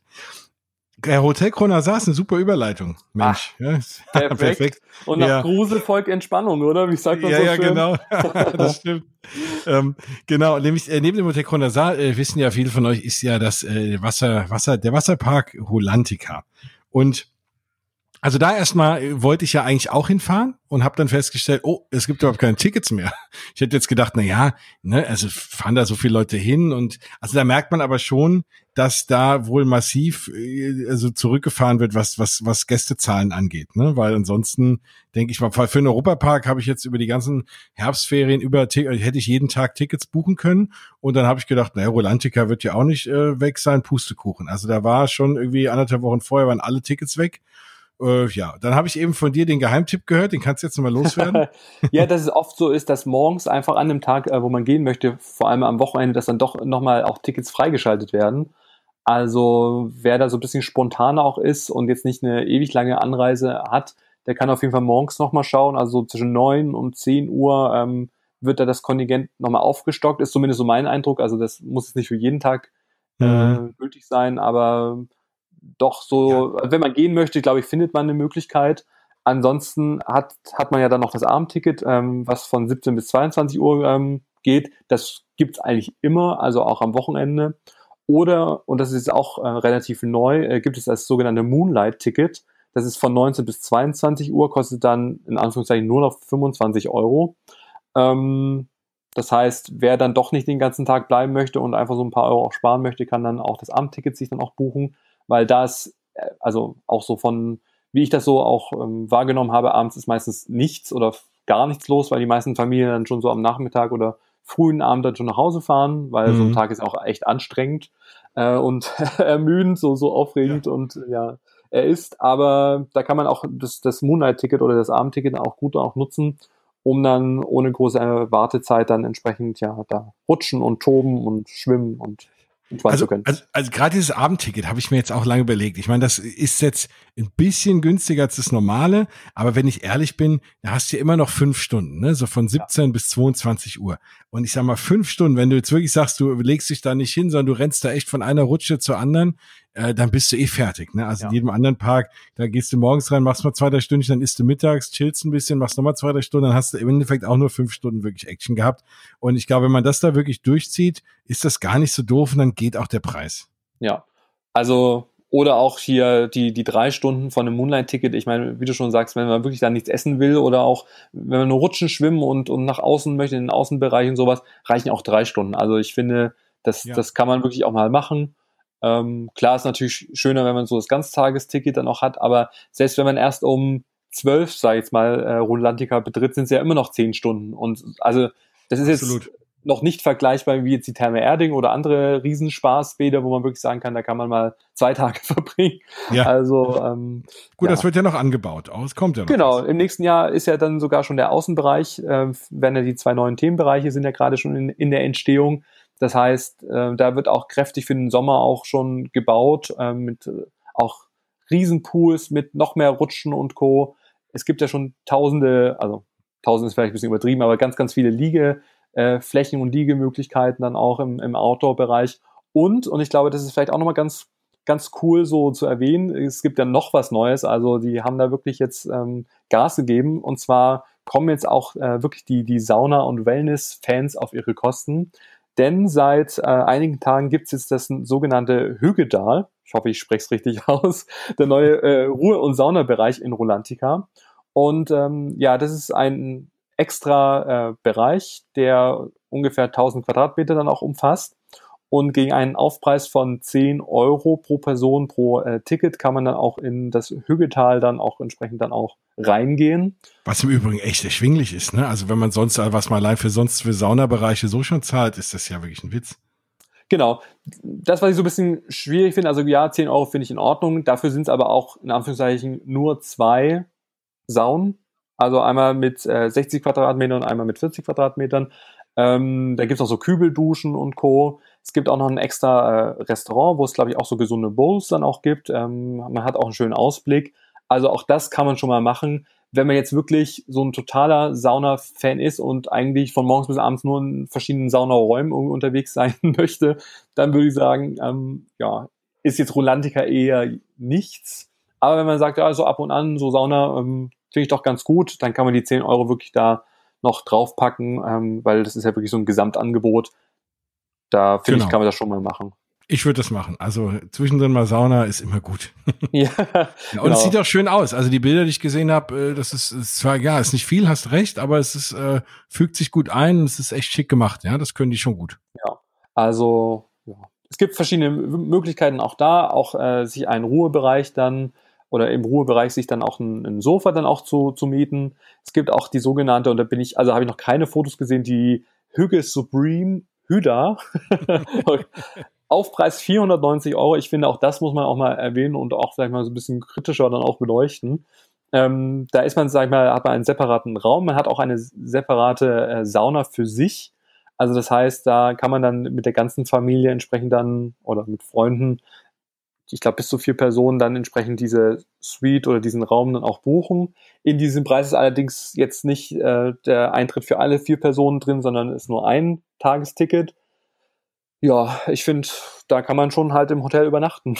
A: Hotel Kronasar ist eine super Überleitung. Mensch.
B: Ja, perfekt. Und nach Grusel folgt Entspannung, oder? Wie sagt man so schön?
A: Ja, genau. Das stimmt. Genau, nämlich neben dem Hotel Kronasar, wissen ja viele von euch, ist ja das der Wasserpark Holantica. Und Also da erstmal wollte ich ja eigentlich auch hinfahren und habe dann festgestellt, oh, es gibt überhaupt keine Tickets mehr. Ich hätte jetzt gedacht, na ja, ne, also fahren da so viele Leute hin und also da merkt man aber schon, dass da wohl massiv also zurückgefahren wird, was Gästezahlen angeht, ne, weil ansonsten denke ich mal, für den Europapark habe ich jetzt über die ganzen Herbstferien hätte ich jeden Tag Tickets buchen können und dann habe ich gedacht, naja, Rolantica wird ja auch nicht weg sein, Pustekuchen. Also da war schon irgendwie 1,5 Wochen vorher waren alle Tickets weg. Ja, dann habe ich eben von dir den Geheimtipp gehört, den kannst du jetzt nochmal loswerden.
B: Ja, dass es oft so ist, dass morgens einfach an dem Tag, wo man gehen möchte, vor allem am Wochenende, dass dann doch nochmal auch Tickets freigeschaltet werden. Also wer da so ein bisschen spontaner auch ist und jetzt nicht eine ewig lange Anreise hat, der kann auf jeden Fall morgens nochmal schauen. Also so zwischen 9 und 10 Uhr wird da das Kontingent nochmal aufgestockt, ist zumindest so mein Eindruck. Also das muss jetzt nicht für jeden Tag gültig sein, aber doch so, wenn man gehen möchte, glaube ich, findet man eine Möglichkeit. Ansonsten hat man ja dann noch das Abendticket, was von 17 bis 22 Uhr geht. Das gibt's eigentlich immer, also auch am Wochenende. Oder, und das ist auch relativ neu, gibt es das sogenannte Moonlight-Ticket. Das ist von 19 bis 22 Uhr, kostet dann in Anführungszeichen nur noch 25 Euro. Das heißt, wer dann doch nicht den ganzen Tag bleiben möchte und einfach so ein paar Euro auch sparen möchte, kann dann auch das Abendticket sich dann auch buchen, weil da ist, also auch so von, wie ich das so auch wahrgenommen habe, abends ist meistens nichts oder gar nichts los, weil die meisten Familien dann schon so am Nachmittag oder frühen Abend dann schon nach Hause fahren, weil so ein Tag ist auch echt anstrengend und ermüdend, so aufregend und ja, er ist, aber da kann man auch das Moonlight-Ticket oder das Abendticket auch gut auch nutzen, um dann ohne große Wartezeit dann entsprechend ja da rutschen und toben und schwimmen und
A: also gerade dieses Abendticket habe ich mir jetzt auch lange überlegt. Ich meine, das ist jetzt ein bisschen günstiger als das normale, aber wenn ich ehrlich bin, da hast du ja immer noch 5 Stunden, ne? So von 17 bis 22 Uhr. Und ich sag mal 5 Stunden, wenn du jetzt wirklich sagst, du legst dich da nicht hin, sondern du rennst da echt von einer Rutsche zur anderen, dann bist du fertig, ne? Also in jedem anderen Park, da gehst du morgens rein, machst mal 2, 3 Stunden, dann isst du mittags, chillst ein bisschen, machst nochmal 2, 3 Stunden, dann hast du im Endeffekt auch nur 5 Stunden wirklich Action gehabt. Und ich glaube, wenn man das da wirklich durchzieht, ist das gar nicht so doof und dann geht auch der Preis.
B: Ja, also oder auch hier die 3 Stunden von einem Moonlight-Ticket. Ich meine, wie du schon sagst, wenn man wirklich da nichts essen will oder auch wenn man nur rutschen, schwimmen und nach außen möchte, in den Außenbereich und sowas, reichen auch 3 Stunden. Also ich finde, das kann man wirklich auch mal machen. Klar ist natürlich schöner, wenn man so das Ganztagesticket dann auch hat, aber selbst wenn man erst um 12, sag ich jetzt mal, Rolantica betritt, sind es ja immer noch 10 Stunden. Und also das ist jetzt noch nicht vergleichbar wie jetzt die Therme Erding oder andere Riesenspaßbäder, wo man wirklich sagen kann, da kann man mal 2 Tage verbringen. Ja. Also
A: gut, das wird ja noch angebaut. Es kommt ja noch.
B: Genau, im nächsten Jahr ist ja dann sogar schon der Außenbereich, werden ja die 2 neuen Themenbereiche sind ja gerade schon in der Entstehung. Das heißt, da wird auch kräftig für den Sommer auch schon gebaut, mit auch Riesenpools, mit noch mehr Rutschen und Co. Es gibt ja schon Tausende, also 1000 ist vielleicht ein bisschen übertrieben, aber ganz, ganz viele Liegeflächen und Liegemöglichkeiten dann auch im Outdoor-Bereich. Und ich glaube, das ist vielleicht auch nochmal ganz, ganz cool so zu erwähnen, es gibt ja noch was Neues, also die haben da wirklich jetzt Gas gegeben und zwar kommen jetzt auch wirklich die Sauna- und Wellness-Fans auf ihre Kosten. Denn seit einigen Tagen gibt es jetzt das sogenannte Hüggedal, ich hoffe, ich spreche es richtig aus, der neue Ruhe- und Saunabereich in Rolantica. Und das ist ein extra Bereich, der ungefähr 1000 Quadratmeter dann auch umfasst. Und gegen einen Aufpreis von 10 Euro pro Person pro Ticket kann man dann auch in das Hüggetal dann auch entsprechend dann auch reingehen.
A: Was im Übrigen echt erschwinglich ist, ne? Also wenn man sonst, was man allein für Saunabereiche so schon zahlt, ist das ja wirklich ein Witz.
B: Genau. Das, was ich so ein bisschen schwierig finde, also ja, 10 Euro finde ich in Ordnung. Dafür sind es aber auch in Anführungszeichen nur 2 Saunen. Also einmal mit 60 Quadratmetern und einmal mit 40 Quadratmetern. Da gibt es auch so Kübelduschen und Co. Es gibt auch noch ein extra Restaurant, wo es, glaube ich, auch so gesunde Bowls dann auch gibt. Man hat auch einen schönen Ausblick. Also auch das kann man schon mal machen. Wenn man jetzt wirklich so ein totaler Sauna-Fan ist und eigentlich von morgens bis abends nur in verschiedenen Saunaräumen unterwegs sein möchte, dann würde ich sagen, ist jetzt Rolantica eher nichts. Aber wenn man sagt, ja, so ab und an, so Sauna finde ich doch ganz gut, dann kann man die 10 Euro wirklich da noch draufpacken, weil das ist ja wirklich so ein Gesamtangebot. Da finde ich, kann man das schon mal machen.
A: Ich würde das machen. Also zwischendrin mal Sauna ist immer gut.
B: Ja,
A: Ja, und
B: genau.
A: es sieht auch schön aus. Also die Bilder, die ich gesehen habe, das ist zwar, ja, ist nicht viel, hast recht, aber es ist, fügt sich gut ein und es ist echt schick gemacht. Ja, das können die schon gut.
B: Ja, also ja. Es gibt verschiedene Möglichkeiten auch da, auch sich einen Ruhebereich dann oder im Ruhebereich sich dann auch ein Sofa dann auch zu mieten. Es gibt auch die sogenannte, und da habe ich noch keine Fotos gesehen, die Hügge Supreme Hüda. Aufpreis 490 Euro. Ich finde, auch das muss man auch mal erwähnen und auch vielleicht mal so ein bisschen kritischer dann auch beleuchten. Da ist man, sag ich mal, hat man einen separaten Raum, man hat auch eine separate Sauna für sich. Also das heißt, da kann man dann mit der ganzen Familie entsprechend dann oder mit Freunden, ich glaube bis zu 4 Personen, dann entsprechend diese Suite oder diesen Raum dann auch buchen. In diesem Preis ist allerdings jetzt nicht der Eintritt für alle 4 Personen drin, sondern ist nur ein Tagesticket. Ja, ich finde, da kann man schon halt im Hotel übernachten.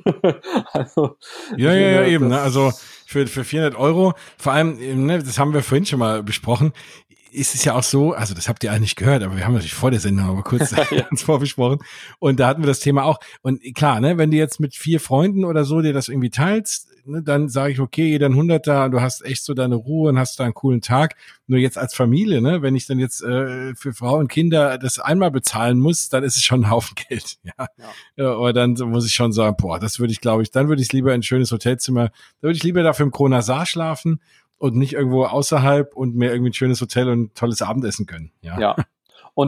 B: Also,
A: Ja, eben. Ne? Also für 400 Euro, vor allem, ne, das haben wir vorhin schon mal besprochen, ist es ja auch so, also das habt ihr eigentlich gehört, aber wir haben natürlich vor der Sendung aber kurz uns vorbesprochen und da hatten wir das Thema auch. Und klar, ne, wenn du jetzt mit 4 Freunden oder so dir das irgendwie teilst, ne, dann sage ich, okay, jeder ein Hunderter, du hast echt so deine Ruhe und hast da einen coolen Tag. Nur jetzt als Familie, ne, wenn ich dann jetzt für Frau und Kinder das einmal bezahlen muss, dann ist es schon ein Haufen Geld. Ja. Aber dann muss ich schon sagen, boah, das würde ich, glaube ich, dann würde ich lieber in ein schönes Hotelzimmer, da würde ich lieber dafür im Kronasar schlafen und nicht irgendwo außerhalb und mir irgendwie ein schönes Hotel und ein tolles Abendessen können. Ja.
B: Und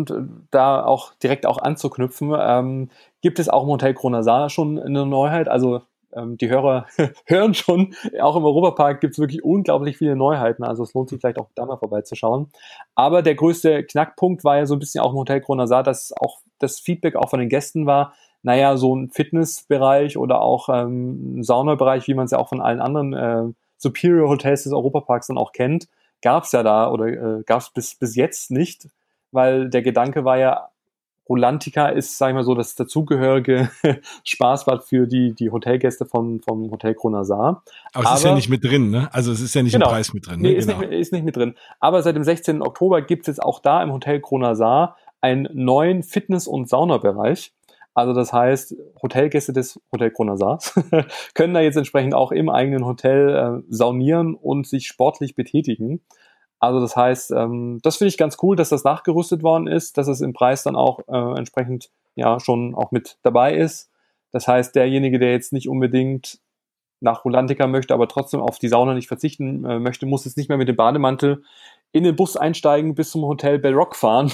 B: da auch direkt auch anzuknüpfen, gibt es auch im Hotel Kronasar schon eine Neuheit. Also die Hörer hören schon, auch im Europapark gibt es wirklich unglaublich viele Neuheiten. Also es lohnt sich vielleicht auch da mal vorbeizuschauen. Aber der größte Knackpunkt war ja so ein bisschen auch im Hotel Kronasar, dass auch das Feedback auch von den Gästen war, naja, so ein Fitnessbereich oder auch ein Saunabereich, wie man es ja auch von allen anderen Superior Hotels des Europaparks dann auch kennt, gab es ja da oder gab es bis jetzt nicht, weil der Gedanke war ja, Rulantica ist, sag ich mal so, das dazugehörige Spaßbad für die Hotelgäste vom Hotel Kronasar.
A: Aber es ist ja nicht mit drin, ne? Also es ist ja nicht im Preis mit drin. Ne?
B: Nee, ist nicht mit drin. Aber seit dem 16. Oktober gibt es jetzt auch da im Hotel Kronasar einen neuen Fitness- und Saunabereich. Also das heißt, Hotelgäste des Hotel Kronasars können da jetzt entsprechend auch im eigenen Hotel saunieren und sich sportlich betätigen. Also das heißt, das finde ich ganz cool, dass das nachgerüstet worden ist, dass es im Preis dann auch entsprechend ja schon auch mit dabei ist. Das heißt, derjenige, der jetzt nicht unbedingt nach Rulantica möchte, aber trotzdem auf die Sauna nicht verzichten möchte, muss jetzt nicht mehr mit dem Bademantel in den Bus einsteigen bis zum Hotel Bell Rock fahren,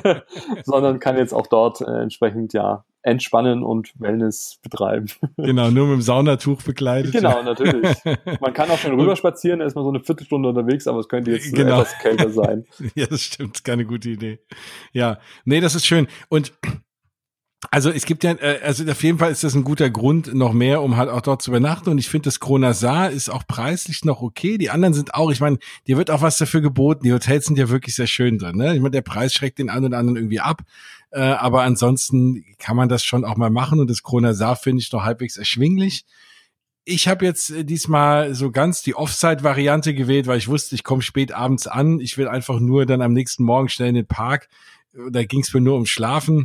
B: sondern kann jetzt auch dort entsprechend ja entspannen und Wellness betreiben.
A: Genau, nur mit dem Saunatuch bekleidet.
B: Genau, natürlich. Man kann auch schon rüberspazieren, ist mal so eine Viertelstunde unterwegs, aber es könnte jetzt etwas kälter sein.
A: Ja, das stimmt, ist keine gute Idee. Ja, nee, das ist schön. Und also es gibt ja, also auf jeden Fall ist das ein guter Grund noch mehr, um halt auch dort zu übernachten. Und ich finde, das Kronasar ist auch preislich noch okay. Die anderen sind auch, ich meine, dir wird auch was dafür geboten. Die Hotels sind ja wirklich sehr schön drin. Ne? Ich meine, der Preis schreckt den einen oder anderen irgendwie ab. Aber ansonsten kann man das schon auch mal machen. Und das Kronasar finde ich noch halbwegs erschwinglich. Ich habe jetzt diesmal so ganz die Offside-Variante gewählt, weil ich wusste, ich komme spät abends an. Ich will einfach nur dann am nächsten Morgen schnell in den Park. Da ging es mir nur ums Schlafen.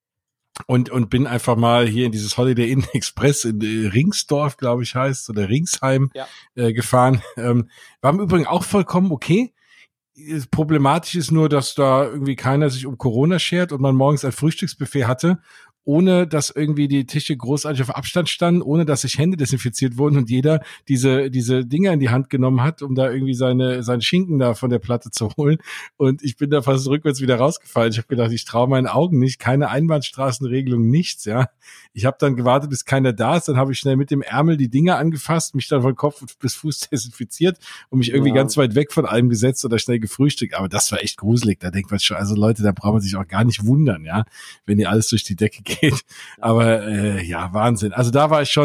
A: Und bin einfach mal hier in dieses Holiday Inn Express in Ringsdorf, glaube ich, heißt, oder Ringsheim gefahren. War im Übrigen auch vollkommen okay. Problematisch ist nur, dass da irgendwie keiner sich um Corona schert und man morgens ein Frühstücksbuffet hatte, ohne dass irgendwie die Tische großartig auf Abstand standen, ohne dass sich Hände desinfiziert wurden und jeder diese Dinger in die Hand genommen hat, um da irgendwie seinen Schinken da von der Platte zu holen. Und ich bin da fast rückwärts wieder rausgefallen. Ich habe gedacht, ich traue meinen Augen nicht, keine Einbahnstraßenregelung, nichts, ja. Ich habe dann gewartet, bis keiner da ist, dann habe ich schnell mit dem Ärmel die Dinger angefasst, mich dann von Kopf bis Fuß desinfiziert und mich irgendwie ganz weit weg von allem gesetzt oder schnell gefrühstückt. Aber das war echt gruselig. Da denkt man schon, also Leute, da braucht man sich auch gar nicht wundern, ja, wenn ihr alles durch die Decke geht. Aber ja, Wahnsinn. Also da war ich schon,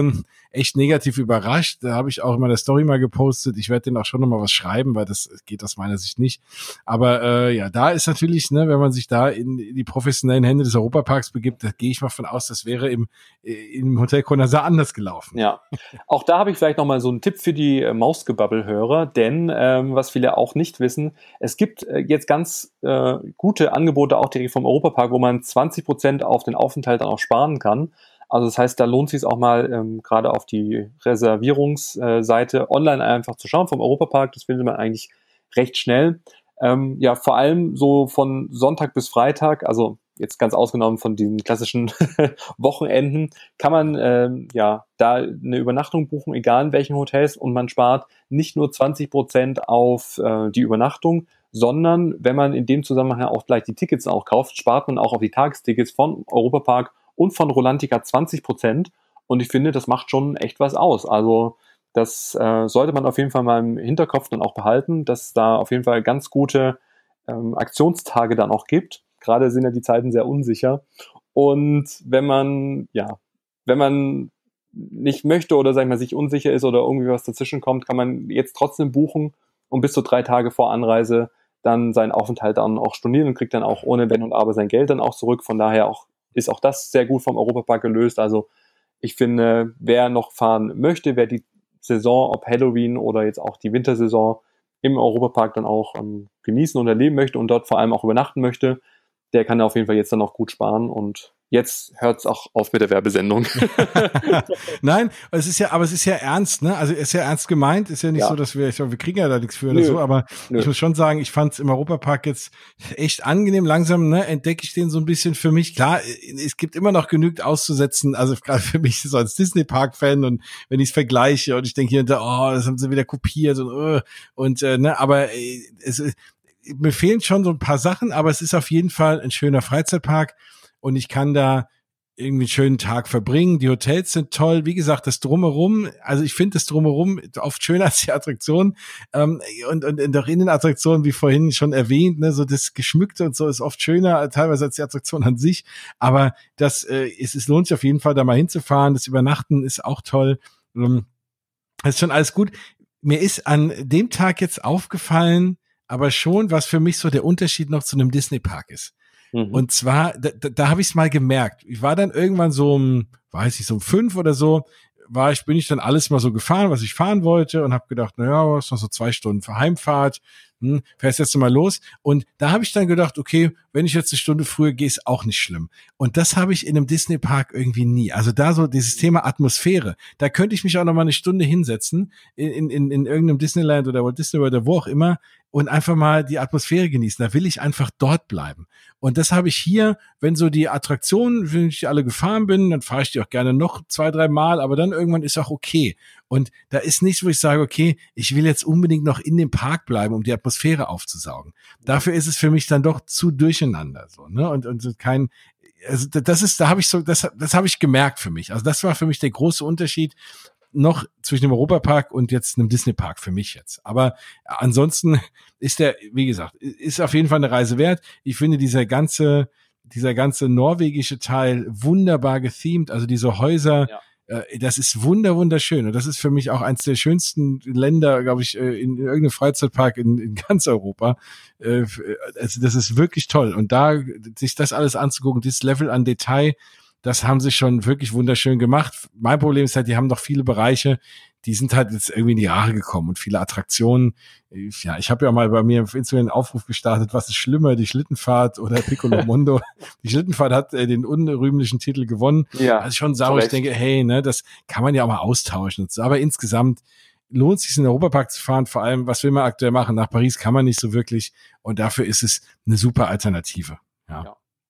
A: echt negativ überrascht. Da habe ich auch in meiner Story mal gepostet. Ich werde denen auch schon nochmal was schreiben, weil das geht aus meiner Sicht nicht. Aber ja, da ist natürlich, ne, wenn man sich da in die professionellen Hände des Europaparks begibt, da gehe ich mal von aus, das wäre im Hotel Conasa anders gelaufen.
B: Ja, auch da habe ich vielleicht nochmal so einen Tipp für die Mausgebabbel-Hörer, denn was viele auch nicht wissen, es gibt jetzt ganz gute Angebote auch direkt vom Europapark, wo man 20% auf den Aufenthalt dann auch sparen kann. Also das heißt, da lohnt es sich auch mal gerade auf die Reservierungsseite online einfach zu schauen vom Europapark. Das findet man eigentlich recht schnell. Ja, vor allem so von Sonntag bis Freitag, also jetzt ganz ausgenommen von diesen klassischen Wochenenden, kann man ja da eine Übernachtung buchen, egal in welchen Hotels, und man spart nicht nur 20% auf die Übernachtung, sondern wenn man in dem Zusammenhang auch gleich die Tickets auch kauft, spart man auch auf die Tagestickets von Europapark und von Rolantica 20%. Und ich finde, das macht schon echt was aus. Also das sollte man auf jeden Fall mal im Hinterkopf dann auch behalten, dass da auf jeden Fall ganz gute Aktionstage dann auch gibt. Gerade sind ja die Zeiten sehr unsicher. Und wenn man nicht möchte oder sagen wir sich unsicher ist oder irgendwie was dazwischen kommt, kann man jetzt trotzdem buchen und bis zu 3 Tage vor Anreise dann seinen Aufenthalt dann auch stornieren und kriegt dann auch ohne Wenn und Aber sein Geld dann auch zurück. Von daher ist auch das sehr gut vom Europapark gelöst. Also ich finde, wer noch fahren möchte, wer die Saison, ob Halloween oder jetzt auch die Wintersaison im Europapark dann auch genießen und erleben möchte und dort vor allem auch übernachten möchte, der kann auf jeden Fall jetzt dann auch gut sparen. Und jetzt hört es auch auf mit der Werbesendung.
A: Nein, aber es ist ja ernst, ne? Also es ist ja ernst gemeint, ist ja nicht so, dass wir kriegen ja da nichts für oder so, aber ich muss schon sagen, ich fand es im Europapark jetzt echt angenehm. Langsam, ne, entdecke ich den so ein bisschen für mich. Klar, es gibt immer noch genügend auszusetzen, also gerade für mich so als Disney-Park-Fan, und wenn ich es vergleiche und ich denke hier, oh, das haben sie wieder kopiert und ne, aber mir fehlen schon so ein paar Sachen, aber es ist auf jeden Fall ein schöner Freizeitpark. Und ich kann da irgendwie einen schönen Tag verbringen. Die Hotels sind toll. Wie gesagt, das Drumherum, also ich finde das Drumherum oft schöner als die Attraktion. Und auch in den Attraktionen, wie vorhin schon erwähnt, ne, so das Geschmückte und so ist oft schöner, teilweise als die Attraktion an sich. Aber es lohnt sich auf jeden Fall, da mal hinzufahren. Das Übernachten ist auch toll. Das ist schon alles gut. Mir ist an dem Tag jetzt aufgefallen, aber schon, was für mich so der Unterschied noch zu einem Disney-Park ist. Und zwar, da habe ich es mal gemerkt. Ich war dann irgendwann so um 5 oder so, bin ich dann alles mal so gefahren, was ich fahren wollte, und habe gedacht, naja, ist noch so 2 Stunden für Heimfahrt, fährst jetzt mal los. Und da habe ich dann gedacht, okay, wenn ich jetzt 1 Stunde früher gehe, ist auch nicht schlimm. Und das habe ich in einem Disney-Park irgendwie nie. Also da so dieses Thema Atmosphäre, da könnte ich mich auch noch mal 1 Stunde hinsetzen in irgendeinem Disneyland oder Walt Disney oder wo auch immer und einfach mal die Atmosphäre genießen. Da will ich einfach dort bleiben. Und das habe ich hier, wenn so die Attraktionen, wenn ich die alle gefahren bin, dann fahre ich die auch gerne noch 2, 3 Mal, aber dann irgendwann ist auch okay. Und da ist nichts, wo ich sage, okay, ich will jetzt unbedingt noch in dem Park bleiben, um die Atmosphäre aufzusaugen. Dafür ist es für mich dann doch zu durcheinander, so, ne? Und kein, also das habe ich gemerkt für mich. Also das war für mich der große Unterschied noch zwischen dem Europapark und jetzt einem Disney-Park für mich jetzt. Aber ansonsten ist wie gesagt, ist auf jeden Fall eine Reise wert. Ich finde dieser ganze norwegische Teil wunderbar gethemed, also diese Häuser, das ist wunderschön. Und das ist für mich auch eins der schönsten Länder, glaube ich, in irgendeinem Freizeitpark in ganz Europa. Also das ist wirklich toll. Und da sich das alles anzugucken, dieses Level an Detail, das haben sie schon wirklich wunderschön gemacht. Mein Problem ist halt, die haben noch viele Bereiche, die sind halt jetzt irgendwie in die Jahre gekommen und viele Attraktionen. Ja, ich habe ja mal bei mir auf Instagram einen Aufruf gestartet, was ist schlimmer, die Schlittenfahrt oder Piccolo Mondo? Die Schlittenfahrt hat den unrühmlichen Titel gewonnen. Ja, also schon sauer. Ich denke, hey, ne, das kann man ja auch mal austauschen und so. Aber insgesamt lohnt es sich in den Europapark zu fahren. Vor allem, was will man aktuell machen? Nach Paris kann man nicht so wirklich. Und dafür ist es eine super Alternative. Ja.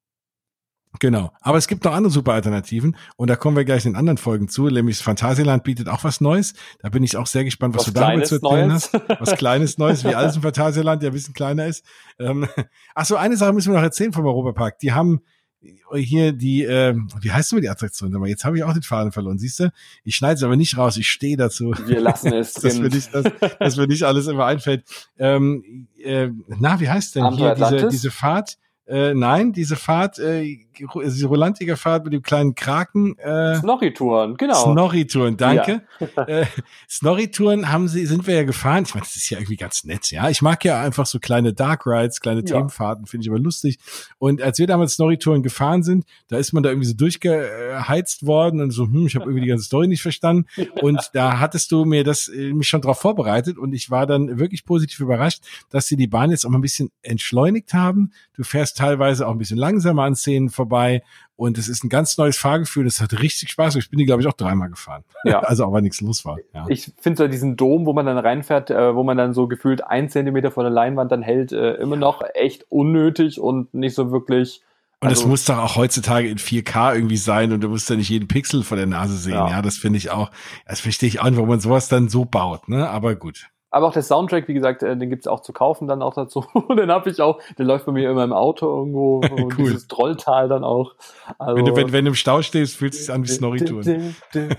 A: Genau. Aber es gibt noch andere super Alternativen und da kommen wir gleich in anderen Folgen zu. Nämlich das Phantasialand bietet auch was Neues. Da bin ich auch sehr gespannt, was du darüber zu erzählen hast. Was Kleines Neues, wie alles im Phantasialand, der ein bisschen kleiner ist. Ach so, eine Sache müssen wir noch erzählen vom Europapark. Die haben hier wie heißt denn die Attraktion? Jetzt habe ich auch den Faden verloren, siehst du? Ich schneide es aber nicht raus, ich stehe dazu.
B: Wir lassen es.
A: dass mir nicht alles immer einfällt. Wie heißt denn hier diese Fahrt? Nein, diese Fahrt, diese Rolantiger-Fahrt mit dem kleinen Kraken.
B: Snorri-Touren, genau.
A: Snorri-Touren, danke.
B: Ja.
A: Snorri-Touren sind wir ja gefahren. Ich meine, das ist ja irgendwie ganz nett, ja. Ich mag ja einfach so kleine Dark Rides, kleine Themenfahrten, finde ich aber lustig. Und als wir damals Snorri-Touren gefahren sind, da ist man da irgendwie so durchgeheizt worden und so, ich habe irgendwie die ganze Story nicht verstanden. Und da hattest du mir mich schon drauf vorbereitet und ich war dann wirklich positiv überrascht, dass sie die Bahn jetzt auch mal ein bisschen entschleunigt haben. Du fährst teilweise auch ein bisschen langsamer an Szenen vorbei und es ist ein ganz neues Fahrgefühl. Das hat richtig Spaß. Ich bin die, glaube ich, auch 3-mal gefahren.
B: Ja.
A: Also auch, weil nichts los war. Ja.
B: Ich finde so diesen Dom, wo man dann reinfährt, wo man dann so gefühlt 1 Zentimeter von der Leinwand dann hält, immer noch echt unnötig und nicht so wirklich.
A: Und das muss doch auch heutzutage in 4K irgendwie sein und du musst ja nicht jeden Pixel vor der Nase sehen. Ja, das finde ich auch, das verstehe ich auch nicht, warum man sowas dann so baut, ne? Aber gut.
B: Aber auch der Soundtrack, wie gesagt, den gibt's auch zu kaufen dann auch dazu. Den habe ich auch, der läuft bei mir immer im Auto irgendwo.
A: Cool.
B: Dieses Trolltal dann auch. Also,
A: wenn du im Stau stehst, fühlt es sich an wie Snorri-Touren.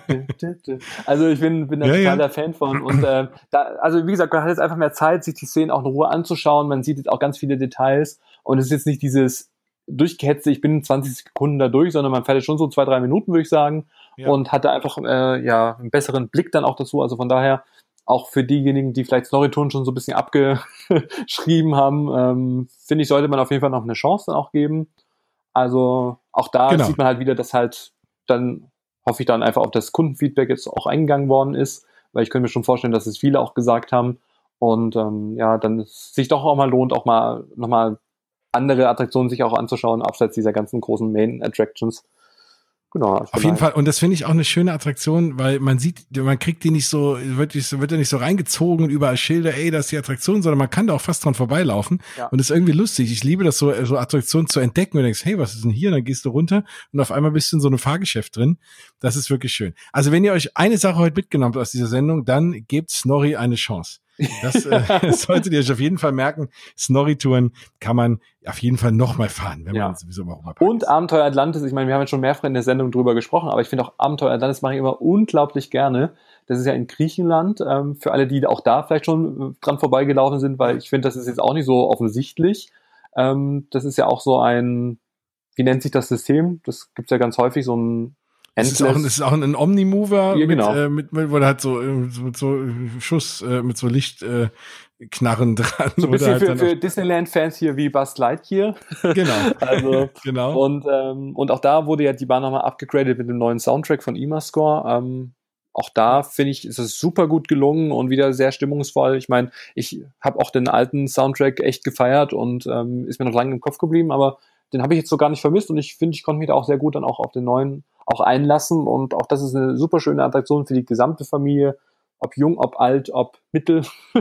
B: Also ich bin da total der Fan von. Und also wie gesagt, man hat jetzt einfach mehr Zeit, sich die Szenen auch in Ruhe anzuschauen. Man sieht jetzt auch ganz viele Details. Und es ist jetzt nicht dieses durchgehetzte, ich bin in 20 Sekunden da durch, sondern man fährt jetzt schon so 2-3 Minuten, würde ich sagen. Ja. Und hat da einfach einen besseren Blick dann auch dazu. Also von daher auch für diejenigen, die vielleicht Snorri-Touren schon so ein bisschen abgeschrieben haben, finde ich, sollte man auf jeden Fall noch eine Chance dann auch geben. Also auch da sieht man halt wieder, dass halt dann, hoffe ich dann einfach auf das Kundenfeedback jetzt auch eingegangen worden ist, weil ich könnte mir schon vorstellen, dass es viele auch gesagt haben und dann es sich doch auch mal lohnt, auch mal nochmal andere Attraktionen sich auch anzuschauen, abseits dieser ganzen großen Main-Attractions. Genau.
A: Auf jeden Fall. Und das finde ich auch eine schöne Attraktion, weil man kriegt die nicht so, wird ja nicht so reingezogen und überall Schilder, das ist die Attraktion, sondern man kann da auch fast dran vorbeilaufen. Ja. Und das ist irgendwie lustig. Ich liebe das so Attraktionen zu entdecken und du denkst, hey, was ist denn hier? Und dann gehst du runter und auf einmal bist du in so einem Fahrgeschäft drin. Das ist wirklich schön. Also wenn ihr euch eine Sache heute mitgenommen habt aus dieser Sendung, dann gebt Snorri eine Chance. Das solltet ihr euch auf jeden Fall merken. Snorri-Touren kann man auf jeden Fall nochmal fahren, wenn man sowieso mal rüberpackt.
B: Und Abenteuer Atlantis, ich meine, wir haben jetzt schon mehrfach in der Sendung drüber gesprochen, aber ich finde auch Abenteuer Atlantis mache ich immer unglaublich gerne. Das ist ja in Griechenland, für alle, die auch da vielleicht schon dran vorbeigelaufen sind, weil ich finde, das ist jetzt auch nicht so offensichtlich. Das ist ja auch so ein, wie nennt sich das System? Das gibt's ja ganz häufig, so ein
A: es ist auch ein Omnimover,
B: ja, genau.
A: wo halt so mit so Schuss, mit so Lichtknarren dran.
B: So ein bisschen halt für Disneyland-Fans hier wie Buzz Lightyear.
A: Genau.
B: Also,
A: genau.
B: Und auch da wurde ja die Bahn nochmal abgegradet mit dem neuen Soundtrack von IMAScore. Auch da finde ich, ist es super gut gelungen und wieder sehr stimmungsvoll. Ich meine, ich habe auch den alten Soundtrack echt gefeiert und ist mir noch lange im Kopf geblieben, aber den habe ich jetzt so gar nicht vermisst und ich finde, ich konnte mich da auch sehr gut dann auch auf den neuen auch einlassen und auch das ist eine super schöne Attraktion für die gesamte Familie, ob jung, ob alt, ob mittel,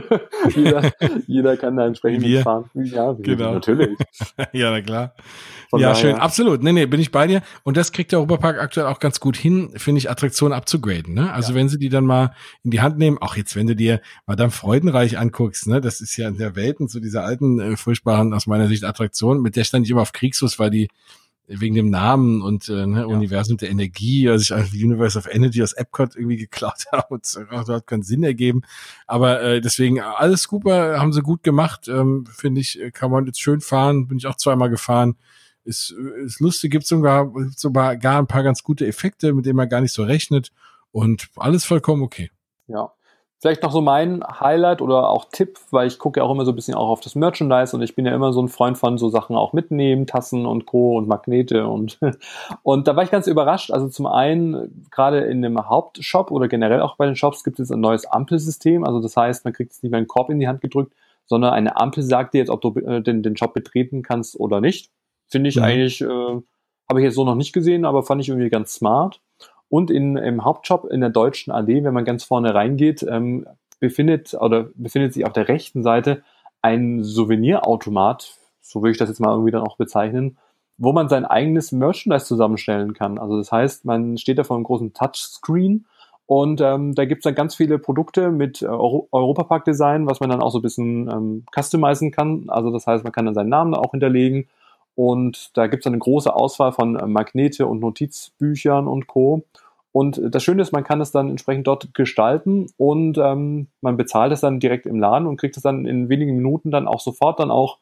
B: jeder kann da entsprechend mitfahren. Ja,
A: genau.
B: Natürlich.
A: Ja, na klar. Von ja, daher. Schön, absolut. Nee, bin ich bei dir. Und das kriegt der Europapark aktuell auch ganz gut hin, finde ich, Attraktionen abzugraden. Ne? Also wenn sie die dann mal in die Hand nehmen, auch jetzt, wenn du dir Madame Freudenreich anguckst, ne, das ist ja in der Welt und so dieser alten, furchtbaren, aus meiner Sicht, Attraktion, mit der stand ich immer auf Kriegsfuß, weil die wegen dem Namen und Universum der Energie, also ich als Universe of Energy aus Epcot irgendwie geklaut habe und es hat keinen Sinn ergeben. Aber deswegen alles super, haben sie gut gemacht. Finde ich, kann man jetzt schön fahren. Bin ich auch 2-mal gefahren. Ist lustig, gibt sogar ein paar ganz gute Effekte, mit denen man gar nicht so rechnet. Und alles vollkommen okay.
B: Ja. Vielleicht noch so mein Highlight oder auch Tipp, weil ich gucke ja auch immer so ein bisschen auch auf das Merchandise und ich bin ja immer so ein Freund von so Sachen auch mitnehmen, Tassen und Co. und Magnete und da war ich ganz überrascht. Also zum einen, gerade in dem Hauptshop oder generell auch bei den Shops gibt es ein neues Ampelsystem. Also das heißt, man kriegt jetzt nicht mehr einen Korb in die Hand gedrückt, sondern eine Ampel sagt dir jetzt, ob du den Shop betreten kannst oder nicht. Finde ich eigentlich, habe ich jetzt so noch nicht gesehen, aber fand ich irgendwie ganz smart. Und im Hauptshop in der Deutschen Allee, wenn man ganz vorne reingeht, befindet sich auf der rechten Seite ein Souvenirautomat, so würde ich das jetzt mal irgendwie dann auch bezeichnen, wo man sein eigenes Merchandise zusammenstellen kann. Also das heißt, man steht da vor einem großen Touchscreen und da gibt's dann ganz viele Produkte mit Europapark-Design, was man dann auch so ein bisschen customizen kann. Also das heißt, man kann dann seinen Namen auch hinterlegen. Und da gibt es eine große Auswahl von Magnete und Notizbüchern und Co. Und das Schöne ist, man kann es dann entsprechend dort gestalten und man bezahlt es dann direkt im Laden und kriegt es dann in wenigen Minuten dann auch sofort dann auch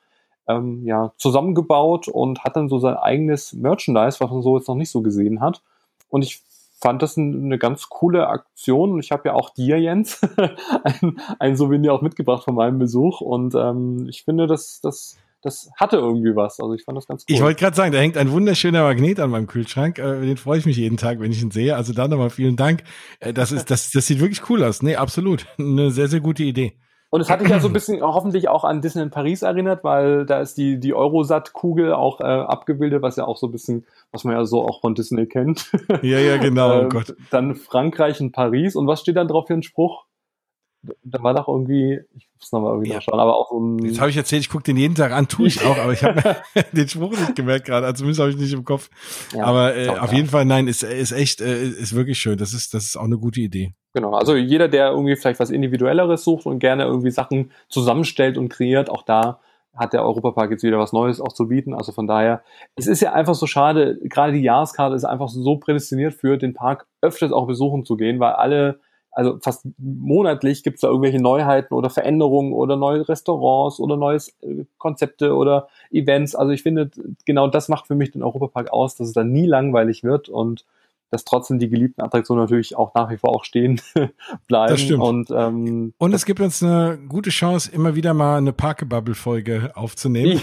B: zusammengebaut und hat dann so sein eigenes Merchandise, was man so jetzt noch nicht so gesehen hat. Und ich fand das eine ganz coole Aktion. Und ich habe ja auch dir, Jens, ein Souvenir auch mitgebracht von meinem Besuch. Und ich finde, das hatte irgendwie was. Also ich fand das ganz cool.
A: Ich wollte gerade sagen, da hängt ein wunderschöner Magnet an meinem Kühlschrank. Den freue ich mich jeden Tag, wenn ich ihn sehe. Also da nochmal vielen Dank. Das sieht wirklich cool aus. Nee, absolut. Eine sehr, sehr gute Idee.
B: Und es hat dich ja so ein bisschen hoffentlich auch an Disneyland Paris erinnert, weil da ist die Eurosat-Kugel auch abgebildet, was ja auch so ein bisschen, was man ja so auch von Disney kennt.
A: Ja, genau. Oh Gott.
B: Dann Frankreich und Paris. Und was steht dann drauf für ein Spruch? Da war doch irgendwie, ich muss nochmal irgendwie nachschauen, aber auch so ein...
A: Jetzt habe ich erzählt, ich gucke den jeden Tag an, tue ich auch, aber ich habe den Spruch nicht gemerkt gerade, also zumindest habe ich nicht im Kopf. Ja, aber auf jeden Fall, nein, ist echt, ist wirklich schön. Das ist auch eine gute Idee.
B: Genau, also jeder, der irgendwie vielleicht was Individuelleres sucht und gerne irgendwie Sachen zusammenstellt und kreiert, auch da hat der Europapark jetzt wieder was Neues auch zu bieten. Also von daher, es ist ja einfach so schade, gerade die Jahreskarte ist einfach so prädestiniert für den Park öfters auch besuchen zu gehen, weil also fast monatlich gibt es da irgendwelche Neuheiten oder Veränderungen oder neue Restaurants oder neue Konzepte oder Events. Also ich finde, genau das macht für mich den Europapark aus, dass es dann nie langweilig wird und dass trotzdem die geliebten Attraktionen natürlich auch nach wie vor auch stehen bleiben.
A: Das stimmt.
B: Und
A: es gibt uns eine gute Chance, immer wieder mal eine Parke-Bubble-Folge aufzunehmen.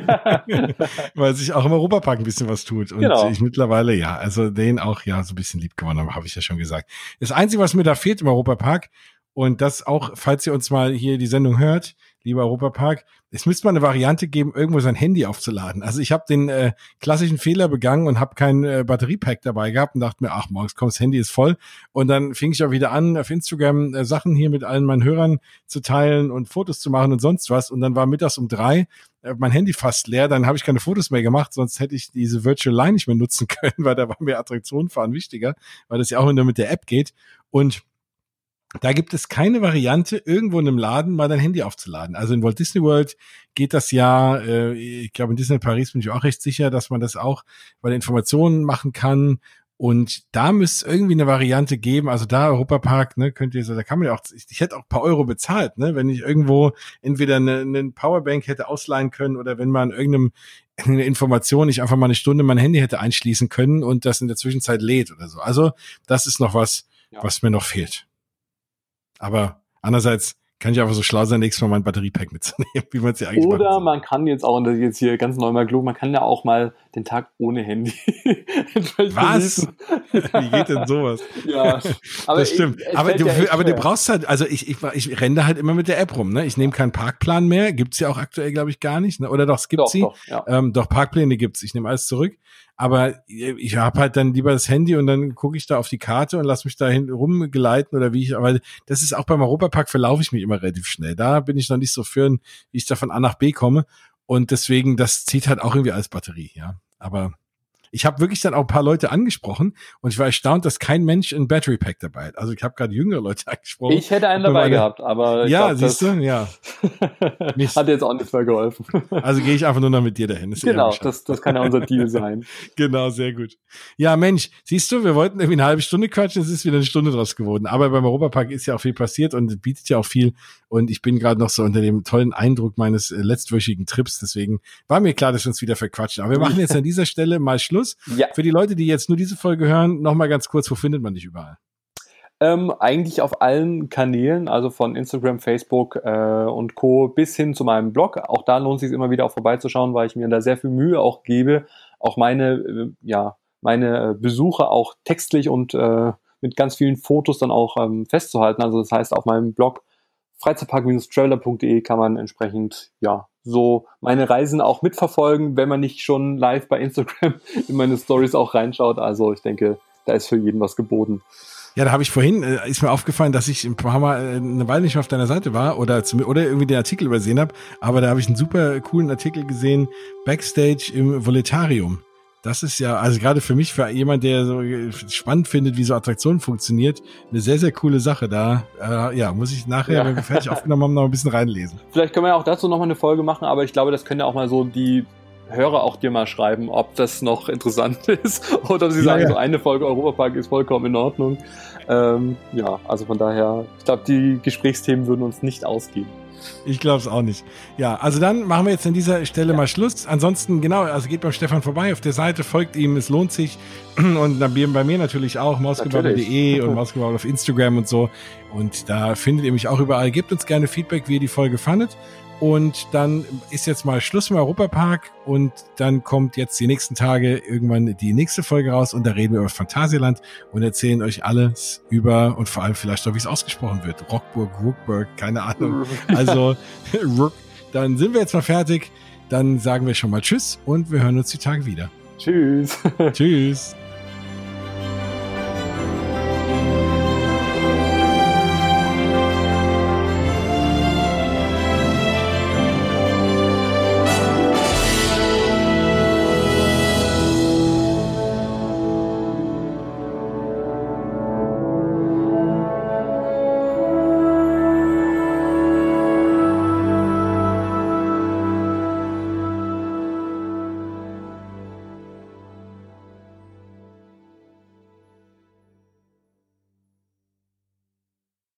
A: Weil sich auch im Europapark ein bisschen was tut. Und ich mittlerweile, also den auch, so ein bisschen lieb gewonnen habe, habe ich ja schon gesagt. Das Einzige, was mir da fehlt im Europapark, und das auch, falls ihr uns mal hier die Sendung hört, lieber Europapark, es müsste mal eine Variante geben, irgendwo sein Handy aufzuladen. Also ich habe den klassischen Fehler begangen und habe kein Batteriepack dabei gehabt und dachte mir, ach, morgens kommt, das Handy ist voll. Und dann fing ich auch wieder an, auf Instagram Sachen hier mit allen meinen Hörern zu teilen und Fotos zu machen und sonst was. Und dann war mittags um 3 mein Handy fast leer, dann habe ich keine Fotos mehr gemacht, sonst hätte ich diese Virtual Line nicht mehr nutzen können, weil da war mir Attraktionenfahren wichtiger, weil das ja auch nur mit der App geht. Und da gibt es keine Variante, irgendwo in einem Laden mal dein Handy aufzuladen. Also in Walt Disney World geht das ja, ich glaube in Disneyland Paris bin ich auch recht sicher, dass man das auch bei den Informationen machen kann. Und da müsste es irgendwie eine Variante geben. Also da Europapark, ne, könnt ihr so, da kann man ja auch, ich hätte auch ein paar Euro bezahlt, ne, wenn ich irgendwo entweder eine Powerbank hätte ausleihen können oder wenn man eine Information nicht einfach mal eine Stunde mein Handy hätte einschließen können und das in der Zwischenzeit lädt oder so. Also das ist noch was mir noch fehlt. Aber andererseits kann ich einfach so schlau sein, nächstes Mal mein Batteriepack mitzunehmen, wie man es ja eigentlich macht.
B: Oder man kann jetzt auch, und das ist jetzt hier ganz neu mal klug, man kann ja auch mal den Tag ohne Handy.
A: Was? Wie geht denn sowas?
B: Ja, aber
A: das stimmt. Aber du brauchst halt, also ich renne halt immer mit der App rum, ne? Ich nehme keinen Parkplan mehr, gibt's ja auch aktuell, glaube ich, gar nicht, ne? Oder doch, es gibt sie. Doch, Parkpläne gibt's. Ich nehme alles zurück. Aber ich habe halt dann lieber das Handy und dann gucke ich da auf die Karte und lass mich da rumgeleiten oder aber das ist auch beim Europapark, verlaufe ich mich immer relativ schnell. Da bin ich noch nicht so wie ich da von A nach B komme und deswegen, das zieht halt auch irgendwie als Batterie, ja. Aber ich habe wirklich dann auch ein paar Leute angesprochen und ich war erstaunt, dass kein Mensch ein Battery Pack dabei hat. Also ich habe gerade jüngere Leute angesprochen.
B: Ich hätte einen dabei gehabt, aber
A: siehst du, ja.
B: Hat jetzt auch nichts mehr geholfen.
A: Also gehe ich einfach nur noch mit dir dahin.
B: Genau, das kann ja unser Deal sein.
A: Genau, sehr gut. Ja, Mensch, siehst du, wir wollten irgendwie eine halbe Stunde quatschen, es ist wieder eine Stunde draus geworden. Aber beim Europapark ist ja auch viel passiert und bietet ja auch viel. Und ich bin gerade noch so unter dem tollen Eindruck meines letztwöchigen Trips. Deswegen war mir klar, dass wir uns wieder verquatschen. Aber wir machen jetzt an dieser Stelle mal Schluss. Ja. Für die Leute, die jetzt nur diese Folge hören, nochmal ganz kurz, wo findet man dich überall?
B: Eigentlich auf allen Kanälen, also von Instagram, Facebook und Co. bis hin zu meinem Blog. Auch da lohnt es sich immer wieder auch vorbeizuschauen, weil ich mir da sehr viel Mühe auch gebe, auch meine Besuche auch textlich und mit ganz vielen Fotos dann auch festzuhalten. Also das heißt, auf meinem Blog freizeitpark-trailer.de kann man entsprechend so meine Reisen auch mitverfolgen, wenn man nicht schon live bei Instagram in meine Stories auch reinschaut. Also ich denke, da ist für jeden was geboten.
A: Ja, da habe ich vorhin, ist mir aufgefallen, dass ich ein paar Mal eine Weile nicht mehr auf deiner Seite war oder irgendwie den Artikel übersehen habe, aber da habe ich einen super coolen Artikel gesehen, Backstage im Voletarium. Das ist ja, also gerade für mich, für jemand, der so spannend findet, wie so Attraktionen funktioniert, eine sehr, sehr coole Sache. Da muss ich nachher, wenn wir fertig aufgenommen haben, noch ein bisschen reinlesen.
B: Vielleicht können wir ja auch dazu nochmal eine Folge machen, aber ich glaube, das können ja auch mal so die Hörer auch dir mal schreiben, ob das noch interessant ist oder ob sie sagen, so eine Folge Europapark ist vollkommen in Ordnung. Also von daher, ich glaube, die Gesprächsthemen würden uns nicht ausgehen.
A: Ich glaube es auch nicht. Ja, also dann machen wir jetzt an dieser Stelle mal Schluss. Ansonsten, genau, also geht beim Stefan vorbei auf der Seite, folgt ihm, es lohnt sich. Und dann bei mir natürlich auch, mausgebabbel.de und mausgebabbel auf Instagram und so. Und da findet ihr mich auch überall. Gebt uns gerne Feedback, wie ihr die Folge fandet. Und dann ist jetzt mal Schluss im Europapark und dann kommt jetzt die nächsten Tage irgendwann die nächste Folge raus und da reden wir über Phantasialand und erzählen euch alles über und vor allem vielleicht auch, wie es ausgesprochen wird. Rookburg, keine Ahnung. Also, dann sind wir jetzt mal fertig. Dann sagen wir schon mal Tschüss und wir hören uns die Tage wieder.
B: Tschüss.
A: Tschüss.